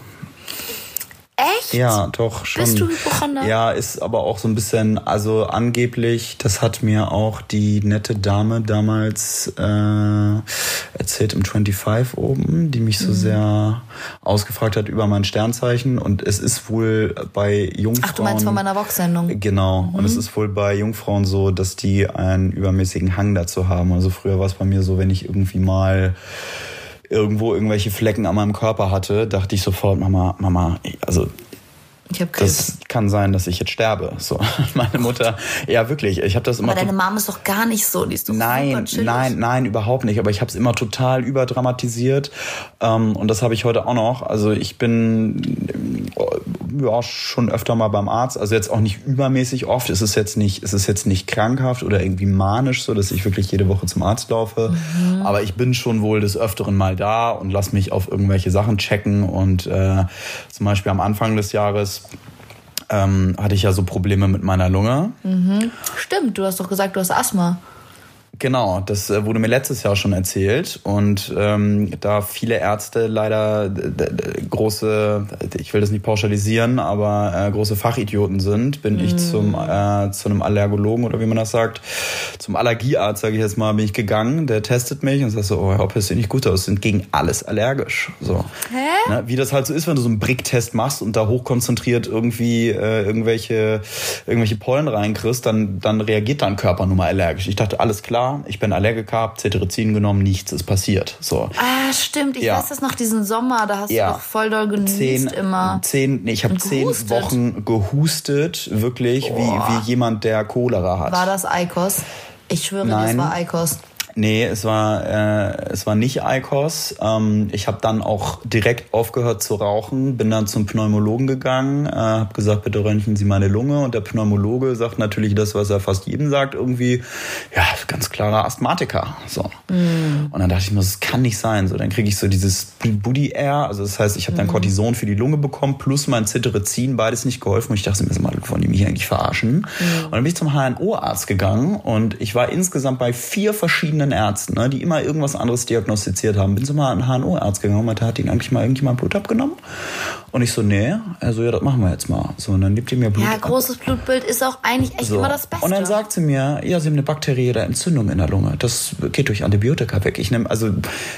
Echt? Ja, doch schon. Bist du Hypochonder? Ja, ist aber auch so ein bisschen, also angeblich, das hat mir auch die nette Dame damals äh, erzählt im fünfundzwanzig oben, die mich so mhm. sehr ausgefragt hat über mein Sternzeichen. Und es ist wohl bei Jungfrauen... Ach, du meinst von meiner Vox-Sendung? Genau. Mhm. Und es ist wohl bei Jungfrauen so, dass die einen übermäßigen Hang dazu haben. Also früher war es bei mir so, wenn ich irgendwie mal irgendwo irgendwelche Flecken an meinem Körper hatte, dachte ich sofort, Mama, Mama, also Ich habe Krebs. Das kann sein, dass ich jetzt sterbe. So, meine Mutter, ja wirklich, ich habe das immer... Aber deine Mom ist doch gar nicht so, die ist doch Nein, super chillig. nein, nein, überhaupt nicht. Aber ich habe es immer total überdramatisiert. Ähm, und das habe ich heute auch noch. Also ich bin ja schon öfter mal beim Arzt. Also jetzt auch nicht übermäßig oft. Es ist jetzt nicht, es ist jetzt nicht krankhaft oder irgendwie manisch, so dass ich wirklich jede Woche zum Arzt laufe. Mhm. Aber ich bin schon wohl des Öfteren mal da und lass mich auf irgendwelche Sachen checken. Und äh, zum Beispiel am Anfang des Jahres ähm, hatte ich ja so Probleme mit meiner Lunge. Mhm. Stimmt, du hast doch gesagt, du hast Asthma. Genau, das wurde mir letztes Jahr schon erzählt und ähm, da viele Ärzte leider d- d- große, ich will das nicht pauschalisieren, aber äh, große Fachidioten sind, bin mm. ich zum äh, zu einem Allergologen oder wie man das sagt, zum Allergiearzt, sage ich jetzt mal, bin ich gegangen, der testet mich und sagt so, oh, Herr Hoppe, das sieht nicht gut aus, sind gegen alles allergisch. So. Hä? Ne, wie das halt so ist, wenn du so einen Bricktest machst und da hochkonzentriert irgendwie äh, irgendwelche irgendwelche Pollen reinkriegst, dann dann reagiert dein Körper nun mal allergisch. Ich dachte, alles klar. Ich bin Allergiker, hab Cetirizin genommen, nichts ist passiert. So. Ah, stimmt. Ich ja. weiß das noch, diesen Sommer, da hast ja. du doch voll doll genießt zehn, immer. Zehn, nee, ich habe zehn Wochen gehustet, wirklich, wie, wie jemand, der Cholera hat. War das Eikos? Ich schwöre, Nein. das war Eikos. Nee, es war äh, es war nicht Eikos. Ähm, ich habe dann auch direkt aufgehört zu rauchen, bin dann zum Pneumologen gegangen, äh, habe gesagt, bitte röntgen Sie meine Lunge. Und der Pneumologe sagt natürlich das, was er fast jedem sagt, irgendwie, ja, ganz klarer Asthmatiker. So. Mm. Und dann dachte ich mir, das kann nicht sein. So, dann kriege ich so dieses Body Air, also das heißt, ich habe dann mm. Cortison für die Lunge bekommen, plus mein Cetirizin, beides nicht geholfen. Und ich dachte mir, mal, wollen die mich eigentlich verarschen? Mm. Und dann bin ich zum H N O-Arzt gegangen und ich war insgesamt bei vier verschiedenen Ärzten, ne, die immer irgendwas anderes diagnostiziert haben. Bin so mal an einen H N O-Arzt gegangen und meinte, hat ihnen eigentlich mal irgendjemand Blut abgenommen? Und ich so, nee. Also, ja, das machen wir jetzt mal. So, und dann gibt ihr mir Blut Ja, ab. großes Blutbild ist auch eigentlich echt so. immer das Beste. Und dann sagt sie mir, ja, sie haben eine bakterielle Entzündung in der Lunge. Das geht durch Antibiotika weg. Ich nehme, also,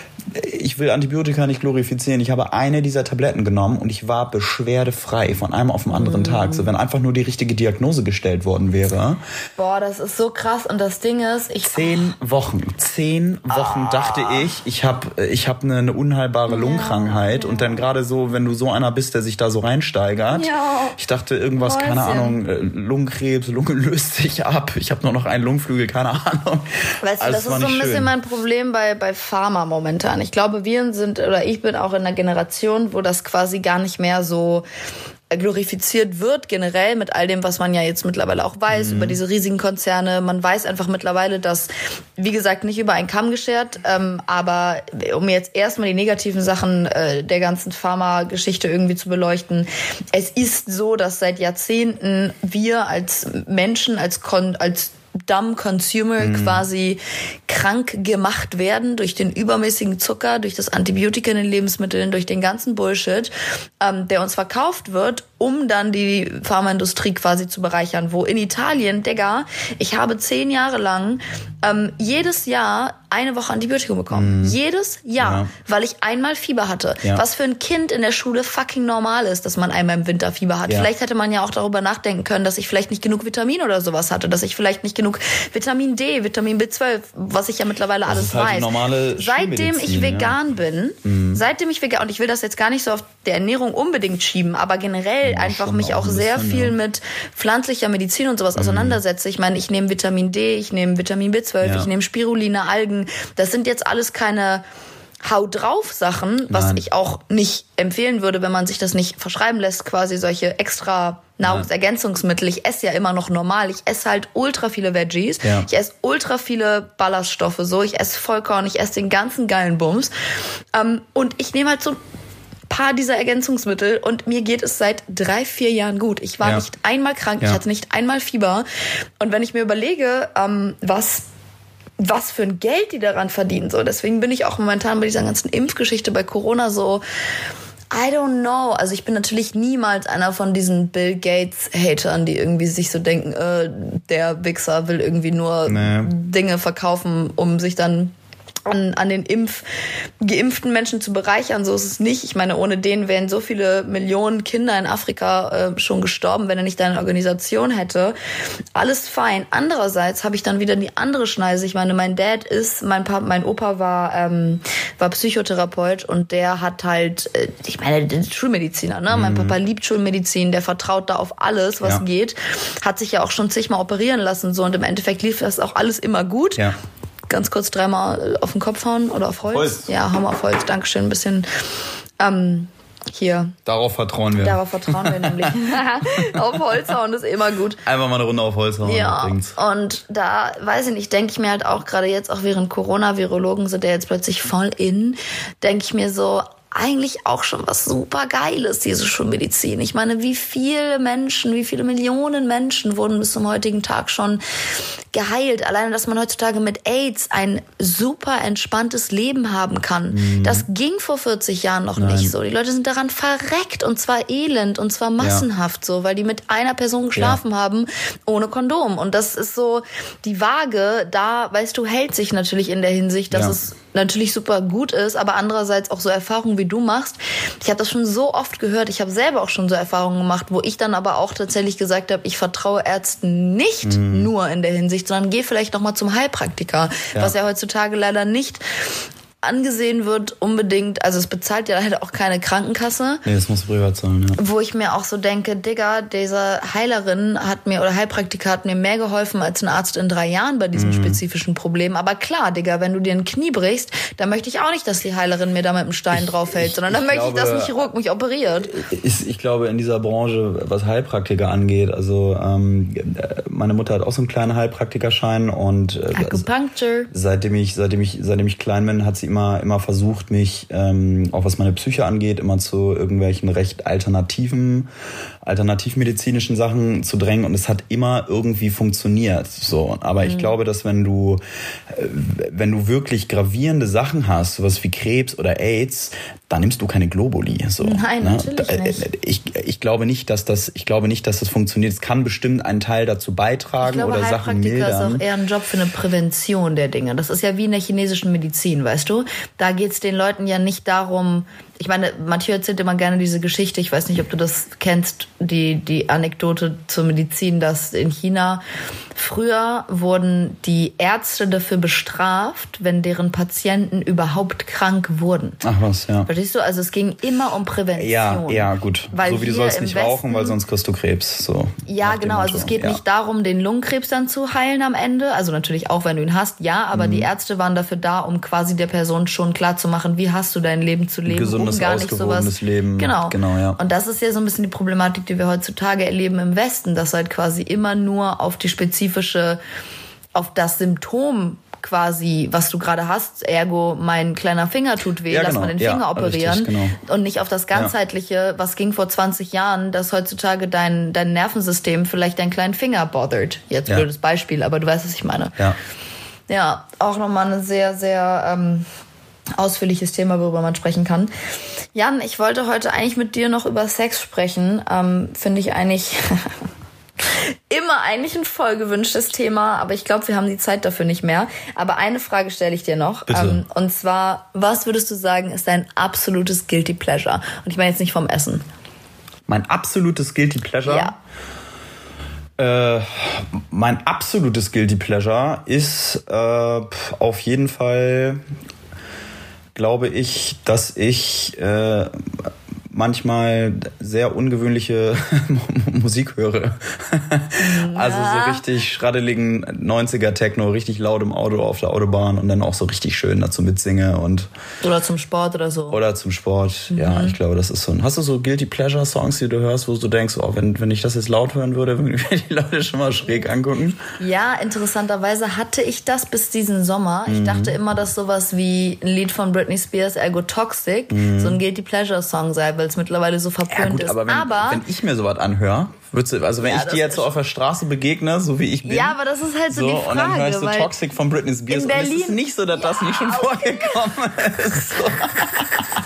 ich will Antibiotika nicht glorifizieren. Ich habe eine dieser Tabletten genommen und ich war beschwerdefrei von einem auf den anderen mm. Tag. So, wenn einfach nur die richtige Diagnose gestellt worden wäre. Boah, das ist so krass. Und das Ding ist, ich... Zehn Wochen. Zehn Wochen ah. dachte ich, ich habe ich hab eine, eine unheilbare Lungenkrankheit. Ja, ja. Und dann gerade so, wenn du so einer bist, der sich da so reinsteigert. Ja. Ich dachte irgendwas, Häuschen. keine Ahnung, Lungenkrebs, Lunge löst sich ab. Ich habe nur noch einen Lungenflügel, keine Ahnung. Weißt du, also, das ist so ein schön. bisschen mein Problem bei, bei Pharma momentan. Ich glaube, wir sind, oder ich bin auch in einer Generation, wo das quasi gar nicht mehr so glorifiziert wird, generell mit all dem, was man ja jetzt mittlerweile auch weiß, mhm. über diese riesigen Konzerne. Man weiß einfach mittlerweile, dass, wie gesagt, nicht über einen Kamm geschert, ähm, aber um jetzt erstmal die negativen Sachen äh, der ganzen Pharma-Geschichte irgendwie zu beleuchten, es ist so, dass seit Jahrzehnten wir als Menschen, als Kon- als dumb Consumer mm. quasi krank gemacht werden durch den übermäßigen Zucker, durch das Antibiotika in den Lebensmitteln, durch den ganzen Bullshit, ähm, der uns verkauft wird, um dann die Pharmaindustrie quasi zu bereichern. Wo in Italien, Digga, ich habe zehn Jahre lang ähm, jedes Jahr eine Woche Antibiotikum bekommen. Mm. Jedes Jahr, ja. weil ich einmal Fieber hatte. Ja. Was für ein Kind in der Schule fucking normal ist, dass man einmal im Winter Fieber hat. Ja. Vielleicht hätte man ja auch darüber nachdenken können, dass ich vielleicht nicht genug Vitamin oder sowas hatte, dass ich vielleicht nicht genug Vitamin D, Vitamin B zwölf, was ich ja mittlerweile das alles ist halt weiß. Normale seitdem ich vegan ja. bin, mm. seitdem ich vegan, und ich will das jetzt gar nicht so auf der Ernährung unbedingt schieben, aber generell ja, einfach mich auch, auch sehr bisschen, viel ja. mit pflanzlicher Medizin und sowas mm. auseinandersetze. Ich meine, ich nehme Vitamin D, ich nehme Vitamin B zwölf, ja. ich nehme Spiruline, Algen. Das sind jetzt alles keine Hau drauf Sachen, was Nein. ich auch nicht empfehlen würde, wenn man sich das nicht verschreiben lässt, quasi solche extra Nahrungsergänzungsmittel. Ich esse ja immer noch normal. Ich esse halt ultra viele Veggies. Ja. Ich esse ultra viele Ballaststoffe. So, ich esse Vollkorn. Ich esse den ganzen geilen Bums. Ähm, und ich nehme halt so ein paar dieser Ergänzungsmittel und mir geht es seit drei, vier Jahren gut. Ich war ja. nicht einmal krank. Ja. Ich hatte nicht einmal Fieber. Und wenn ich mir überlege, ähm, was was für ein Geld die daran verdienen. So, deswegen bin ich auch momentan bei dieser ganzen Impfgeschichte bei Corona so, I don't know. Also ich bin natürlich niemals einer von diesen Bill Gates-Hatern, die irgendwie sich so denken, äh, der Wichser will irgendwie nur nee. Dinge verkaufen, um sich dann an, an den Impf, geimpften Menschen zu bereichern. So ist es nicht. Ich meine, ohne den wären so viele Millionen Kinder in Afrika äh, schon gestorben, wenn er nicht deine Organisation hätte. Alles fein. Andererseits habe ich dann wieder die andere Schneise. Ich meine, mein Dad ist, mein Papa, mein Opa war, ähm, war Psychotherapeut und der hat halt, äh, ich meine, der ist Schulmediziner, ne? Mhm. Mein Papa liebt Schulmedizin, der vertraut da auf alles, was ja. geht. Hat sich ja auch schon zigmal operieren lassen, so, und im Endeffekt lief das auch alles immer gut. Ja. Ganz kurz dreimal auf den Kopf hauen oder auf Holz. Holz. Ja, hauen wir auf Holz. Dankeschön. Ein bisschen ähm, hier. Darauf vertrauen wir. Darauf vertrauen wir nämlich. Auf Holz hauen ist immer gut. Einfach mal eine Runde auf Holz hauen. Ja, und da, weiß ich nicht, denke ich mir halt auch, gerade jetzt auch während Corona, Virologen sind ja jetzt plötzlich voll in, denke ich mir so, eigentlich auch schon was super Geiles, diese Schulmedizin. Ich meine, wie viele Menschen, wie viele Millionen Menschen wurden bis zum heutigen Tag schon geheilt. Alleine, dass man heutzutage mit AIDS ein super entspanntes Leben haben kann. Mhm. Das ging vor vierzig Jahren noch Nein. nicht so. Die Leute sind daran verreckt, und zwar elend, und zwar massenhaft ja. so, weil die mit einer Person geschlafen ja. haben, ohne Kondom. Und das ist so, die Waage da, weißt du, hält sich natürlich in der Hinsicht, dass ja. es natürlich super gut ist, aber andererseits auch so Erfahrungen, wie du machst. Ich habe das schon so oft gehört. Ich habe selber auch schon so Erfahrungen gemacht, wo ich dann aber auch tatsächlich gesagt habe, ich vertraue Ärzten nicht mhm. nur in der Hinsicht, sondern geh vielleicht noch mal zum Heilpraktiker, ja. was ja heutzutage leider nicht angesehen wird unbedingt, also es bezahlt ja leider auch keine Krankenkasse. Nee, das muss privat zahlen, ja. Wo ich mir auch so denke, Digga, diese Heilerin hat mir, oder Heilpraktiker hat mir mehr geholfen als ein Arzt in drei Jahren bei diesem mhm. spezifischen Problem. Aber klar, Digga, wenn du dir ein Knie brichst, dann möchte ich auch nicht, dass die Heilerin mir da mit einem Stein draufhält, sondern dann ich möchte glaube, ich, dass mich Chirurg mich operiert. Ist, ich glaube, in dieser Branche, was Heilpraktiker angeht, also ähm, meine Mutter hat auch so einen kleinen Heilpraktikerschein und äh, Acupuncture. Seitdem ich, seitdem ich, seitdem ich klein bin, hat sie immer immer versucht, mich, ähm, auch was meine Psyche angeht, immer zu irgendwelchen recht alternativen, alternativmedizinischen Sachen zu drängen, und es hat immer irgendwie funktioniert. So, aber mhm. ich glaube, dass wenn du, äh, wenn du wirklich gravierende Sachen hast, sowas wie Krebs oder AIDS, da nimmst du keine Globuli. So, Nein, ne? natürlich nicht. Ich, ich glaube nicht, dass das, ich glaube nicht, dass das funktioniert. Es kann bestimmt einen Teil dazu beitragen ich glaube, oder Sachen mildern. Heilpraktiker ist auch eher ein Job für eine Prävention der Dinge. Das ist ja wie in der chinesischen Medizin, weißt du? Da geht's den Leuten ja nicht darum, ich meine, Mathieu erzählt immer gerne diese Geschichte, ich weiß nicht, ob du das kennst, die, die Anekdote zur Medizin, dass in China früher wurden die Ärzte dafür bestraft, wenn deren Patienten überhaupt krank wurden. Ach was, ja. Verstehst du? Also es ging immer um Prävention. Ja, ja, gut. Weil so wie du sollst nicht Westen, rauchen, weil sonst kriegst du Krebs. So, ja, genau. Also es geht ja. nicht darum, den Lungenkrebs dann zu heilen am Ende. Also natürlich auch, wenn du ihn hast, ja. Aber mhm. die Ärzte waren dafür da, um quasi der Person schon klar zu machen, wie hast du dein Leben zu leben. Gesundes, um gar nicht sowas. Leben. Genau. genau ja. Und das ist ja so ein bisschen die Problematik, die wir heutzutage erleben im Westen, dass halt quasi immer nur auf die spezifische, auf das Symptom quasi, was du gerade hast, ergo mein kleiner Finger tut weh, ja, lass genau. mal den Finger ja, operieren richtig, genau. und nicht auf das ganzheitliche, ja. was ging vor zwanzig Jahren, dass heutzutage dein, dein Nervensystem vielleicht deinen kleinen Finger bothert. Jetzt ja. blödes Beispiel, aber du weißt, was ich meine. Ja, ja auch nochmal eine sehr, sehr ähm, ausführliches Thema, worüber man sprechen kann. Jan, ich wollte heute eigentlich mit dir noch über Sex sprechen. Ähm, finde ich eigentlich immer eigentlich ein voll gewünschtes Thema, aber ich glaube, wir haben die Zeit dafür nicht mehr. Aber eine Frage stelle ich dir noch. Bitte. Ähm, und zwar, was würdest du sagen, ist dein absolutes Guilty Pleasure? Und ich meine jetzt nicht vom Essen. Mein absolutes Guilty Pleasure? Ja. Äh, mein absolutes Guilty Pleasure ist äh, auf jeden Fall, glaube ich, dass ich äh, manchmal sehr ungewöhnliche Musik höre. Ja. Also so richtig schraddeligen neunziger Techno, richtig laut im Auto auf der Autobahn und dann auch so richtig schön dazu mitsinge. Und oder zum Sport oder so. Oder zum Sport, mhm. ja, ich glaube, das ist so ein... Hast du so Guilty Pleasure Songs, die du hörst, wo du denkst, oh, wenn, wenn ich das jetzt laut hören würde, würden die Leute schon mal schräg angucken? Ja, interessanterweise hatte ich das bis diesen Sommer. Ich mhm. dachte immer, dass sowas wie ein Lied von Britney Spears, ergo Toxic, mhm. so ein Guilty Pleasure Song sei, weil es mittlerweile so verpönt ja, gut, ist. Aber wenn, aber wenn ich mir sowas anhöre, also wenn ja, ich dir jetzt so auf der Straße begegne, so wie ich bin. Ja, aber das ist halt so, so die Frage. Und dann hörst du Toxic von Britney Spears. In Berlin, und es ist nicht so, dass ja, das nicht schon okay. vorgekommen ist. So.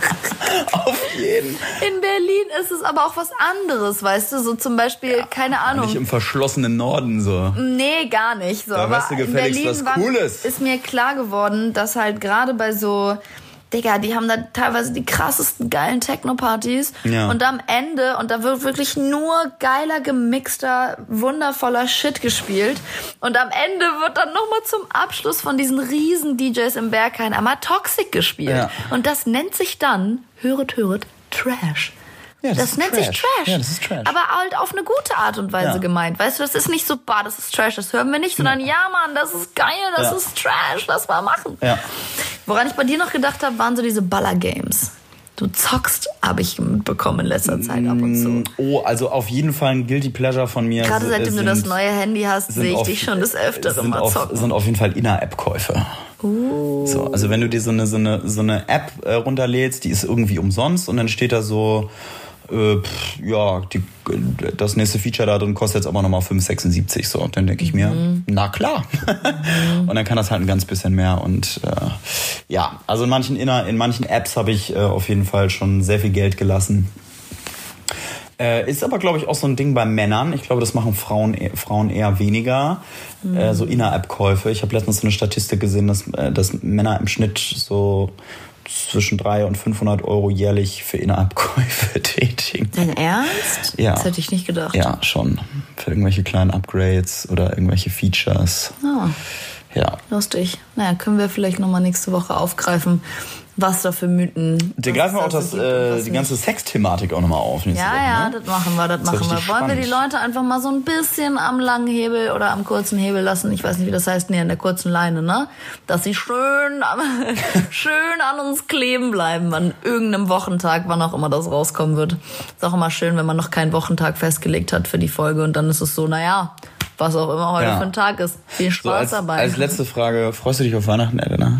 Auf jeden. In Berlin ist es aber auch was anderes, weißt du? So zum Beispiel, ja, keine Ahnung. Nicht im verschlossenen Norden so. Nee, gar nicht. So. Da weißt du gefälligst was Cooles. Ist mir klar geworden, dass halt gerade bei so... Digga, die haben da teilweise die krassesten geilen Techno-Partys. Ja. Und am Ende, und da wird wirklich nur geiler, gemixter, wundervoller Shit gespielt. Und am Ende wird dann nochmal zum Abschluss von diesen riesen D Js im Berghain einmal Toxic gespielt. Ja. Und das nennt sich dann, höret, höret, Trash. Ja, das, das nennt Trash. sich Trash. Ja, das ist Trash. Aber halt auf eine gute Art und Weise ja. gemeint. Weißt du, das ist nicht so, bah, das ist Trash, das hören wir nicht, sondern ja, ja Mann, das ist geil, das ja. ist Trash, lass mal machen. Ja. Woran ich bei dir noch gedacht habe, waren so diese Baller-Games. Du zockst, habe ich mitbekommen in letzter Zeit ab und zu. Oh, also auf jeden Fall ein Guilty Pleasure von mir. Gerade seitdem sind, du das neue Handy hast, sehe ich auf, dich schon des Öfteren mal zocken. Sind auf jeden Fall In-App-Käufe. Uh. So, also wenn du dir so eine, so eine, so eine App äh, runterlädst, die ist irgendwie umsonst und dann steht da so... Äh, pff, ja, die, das nächste Feature da drin kostet jetzt aber nochmal fünf Euro sechsundsiebzig. So, und dann denke ich mir, mhm. na klar. Mhm. Und dann kann das halt ein ganz bisschen mehr. Und äh, ja, also in manchen, Inner, in manchen Apps habe ich äh, auf jeden Fall schon sehr viel Geld gelassen. Äh, ist aber, glaube ich, auch so ein Ding bei Männern. Ich glaube, das machen Frauen, Frauen eher weniger. Mhm. Äh, so In-App-Käufe. Ich habe letztens so eine Statistik gesehen, dass, äh, dass Männer im Schnitt so zwischen dreihundert und fünfhundert Euro jährlich für In-App-Käufe tätigen. Dein Ernst? Ja. Das hätte ich nicht gedacht. Ja, schon. Für irgendwelche kleinen Upgrades oder irgendwelche Features. Oh. Ja. Lustig. Naja, können wir vielleicht nochmal nächste Woche aufgreifen, was da für Mythen... Da greifen wir auch das, äh, die ganze Sex-Thematik auch nochmal auf. Ja, Woche, ja, ne? das machen wir, das, das machen wir. Wollen spannend. wir die Leute einfach mal so ein bisschen am langen Hebel oder am kurzen Hebel lassen? Ich weiß nicht, wie das heißt. Nee, an der kurzen Leine, ne? Dass sie schön, schön an uns kleben bleiben, an irgendeinem Wochentag, wann auch immer das rauskommen wird. Ist auch immer schön, wenn man noch keinen Wochentag festgelegt hat für die Folge und dann ist es so, naja, was auch immer heute ja. für ein Tag ist. Viel Spaß so, als, dabei. Als letzte Frage, freust du dich auf Weihnachten, Elena?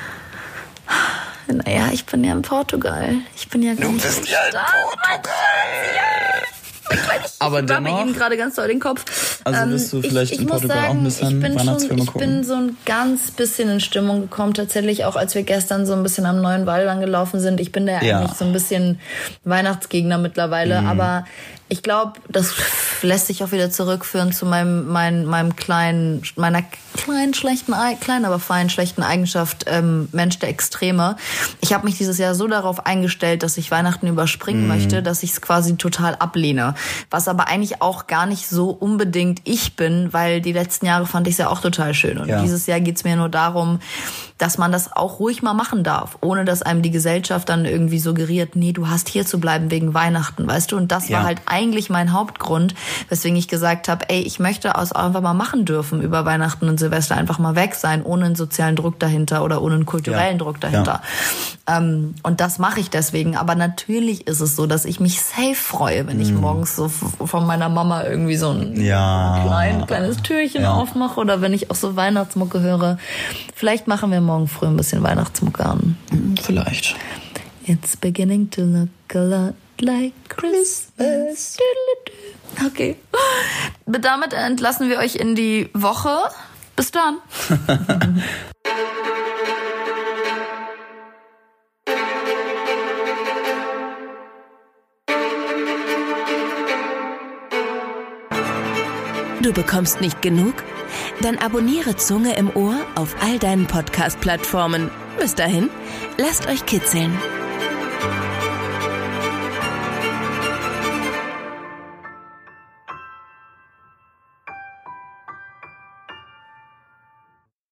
Naja, ich bin ja in Portugal. Ich bin ja Du bist ja in Portugal. Ich aber war mir eben gerade ganz doll den Kopf. Also wirst du vielleicht ich, ich in Portugal sagen, auch ein bisschen Weihnachtsfilme ich gucken? Ich bin so ein ganz bisschen in Stimmung gekommen. Tatsächlich auch, als wir gestern so ein bisschen am neuen Wall lang gelaufen sind. Ich bin da ja. eigentlich so ein bisschen Weihnachtsgegner mittlerweile. Mhm. Aber ich glaube, das lässt sich auch wieder zurückführen zu meinem, meinem, meinem kleinen, meiner kleinen, schlechten, kleinen, aber feinen, schlechten Eigenschaft, ähm, Mensch der Extreme. Ich habe mich dieses Jahr so darauf eingestellt, dass ich Weihnachten überspringen mm. möchte, dass ich es quasi total ablehne. Was aber eigentlich auch gar nicht so unbedingt ich bin, weil die letzten Jahre fand ich es ja auch total schön. Und ja. dieses Jahr geht's mir nur darum, dass man das auch ruhig mal machen darf, ohne dass einem die Gesellschaft dann irgendwie suggeriert, nee, du hast hier zu bleiben wegen Weihnachten, weißt du? Und das ja. war halt eigentlich mein Hauptgrund, weswegen ich gesagt habe, ey, ich möchte es einfach mal machen dürfen über Weihnachten und Silvester, einfach mal weg sein, ohne einen sozialen Druck dahinter oder ohne einen kulturellen ja. Druck dahinter. Ja. Ähm, und das mache ich deswegen. Aber natürlich ist es so, dass ich mich safe freue, wenn ich mm. morgens so von meiner Mama irgendwie so ein ja. klein, kleines Türchen ja. aufmache oder wenn ich auch so Weihnachtsmucke höre. Vielleicht machen wir morgen früh ein bisschen Weihnachtsmucke an. Vielleicht. It's beginning to look a lot like Christmas. Okay. Damit entlassen wir euch in die Woche. Bis dann. Du bekommst nicht genug? Dann abonniere Zunge im Ohr auf all deinen Podcast-Plattformen. Bis dahin, lasst euch kitzeln.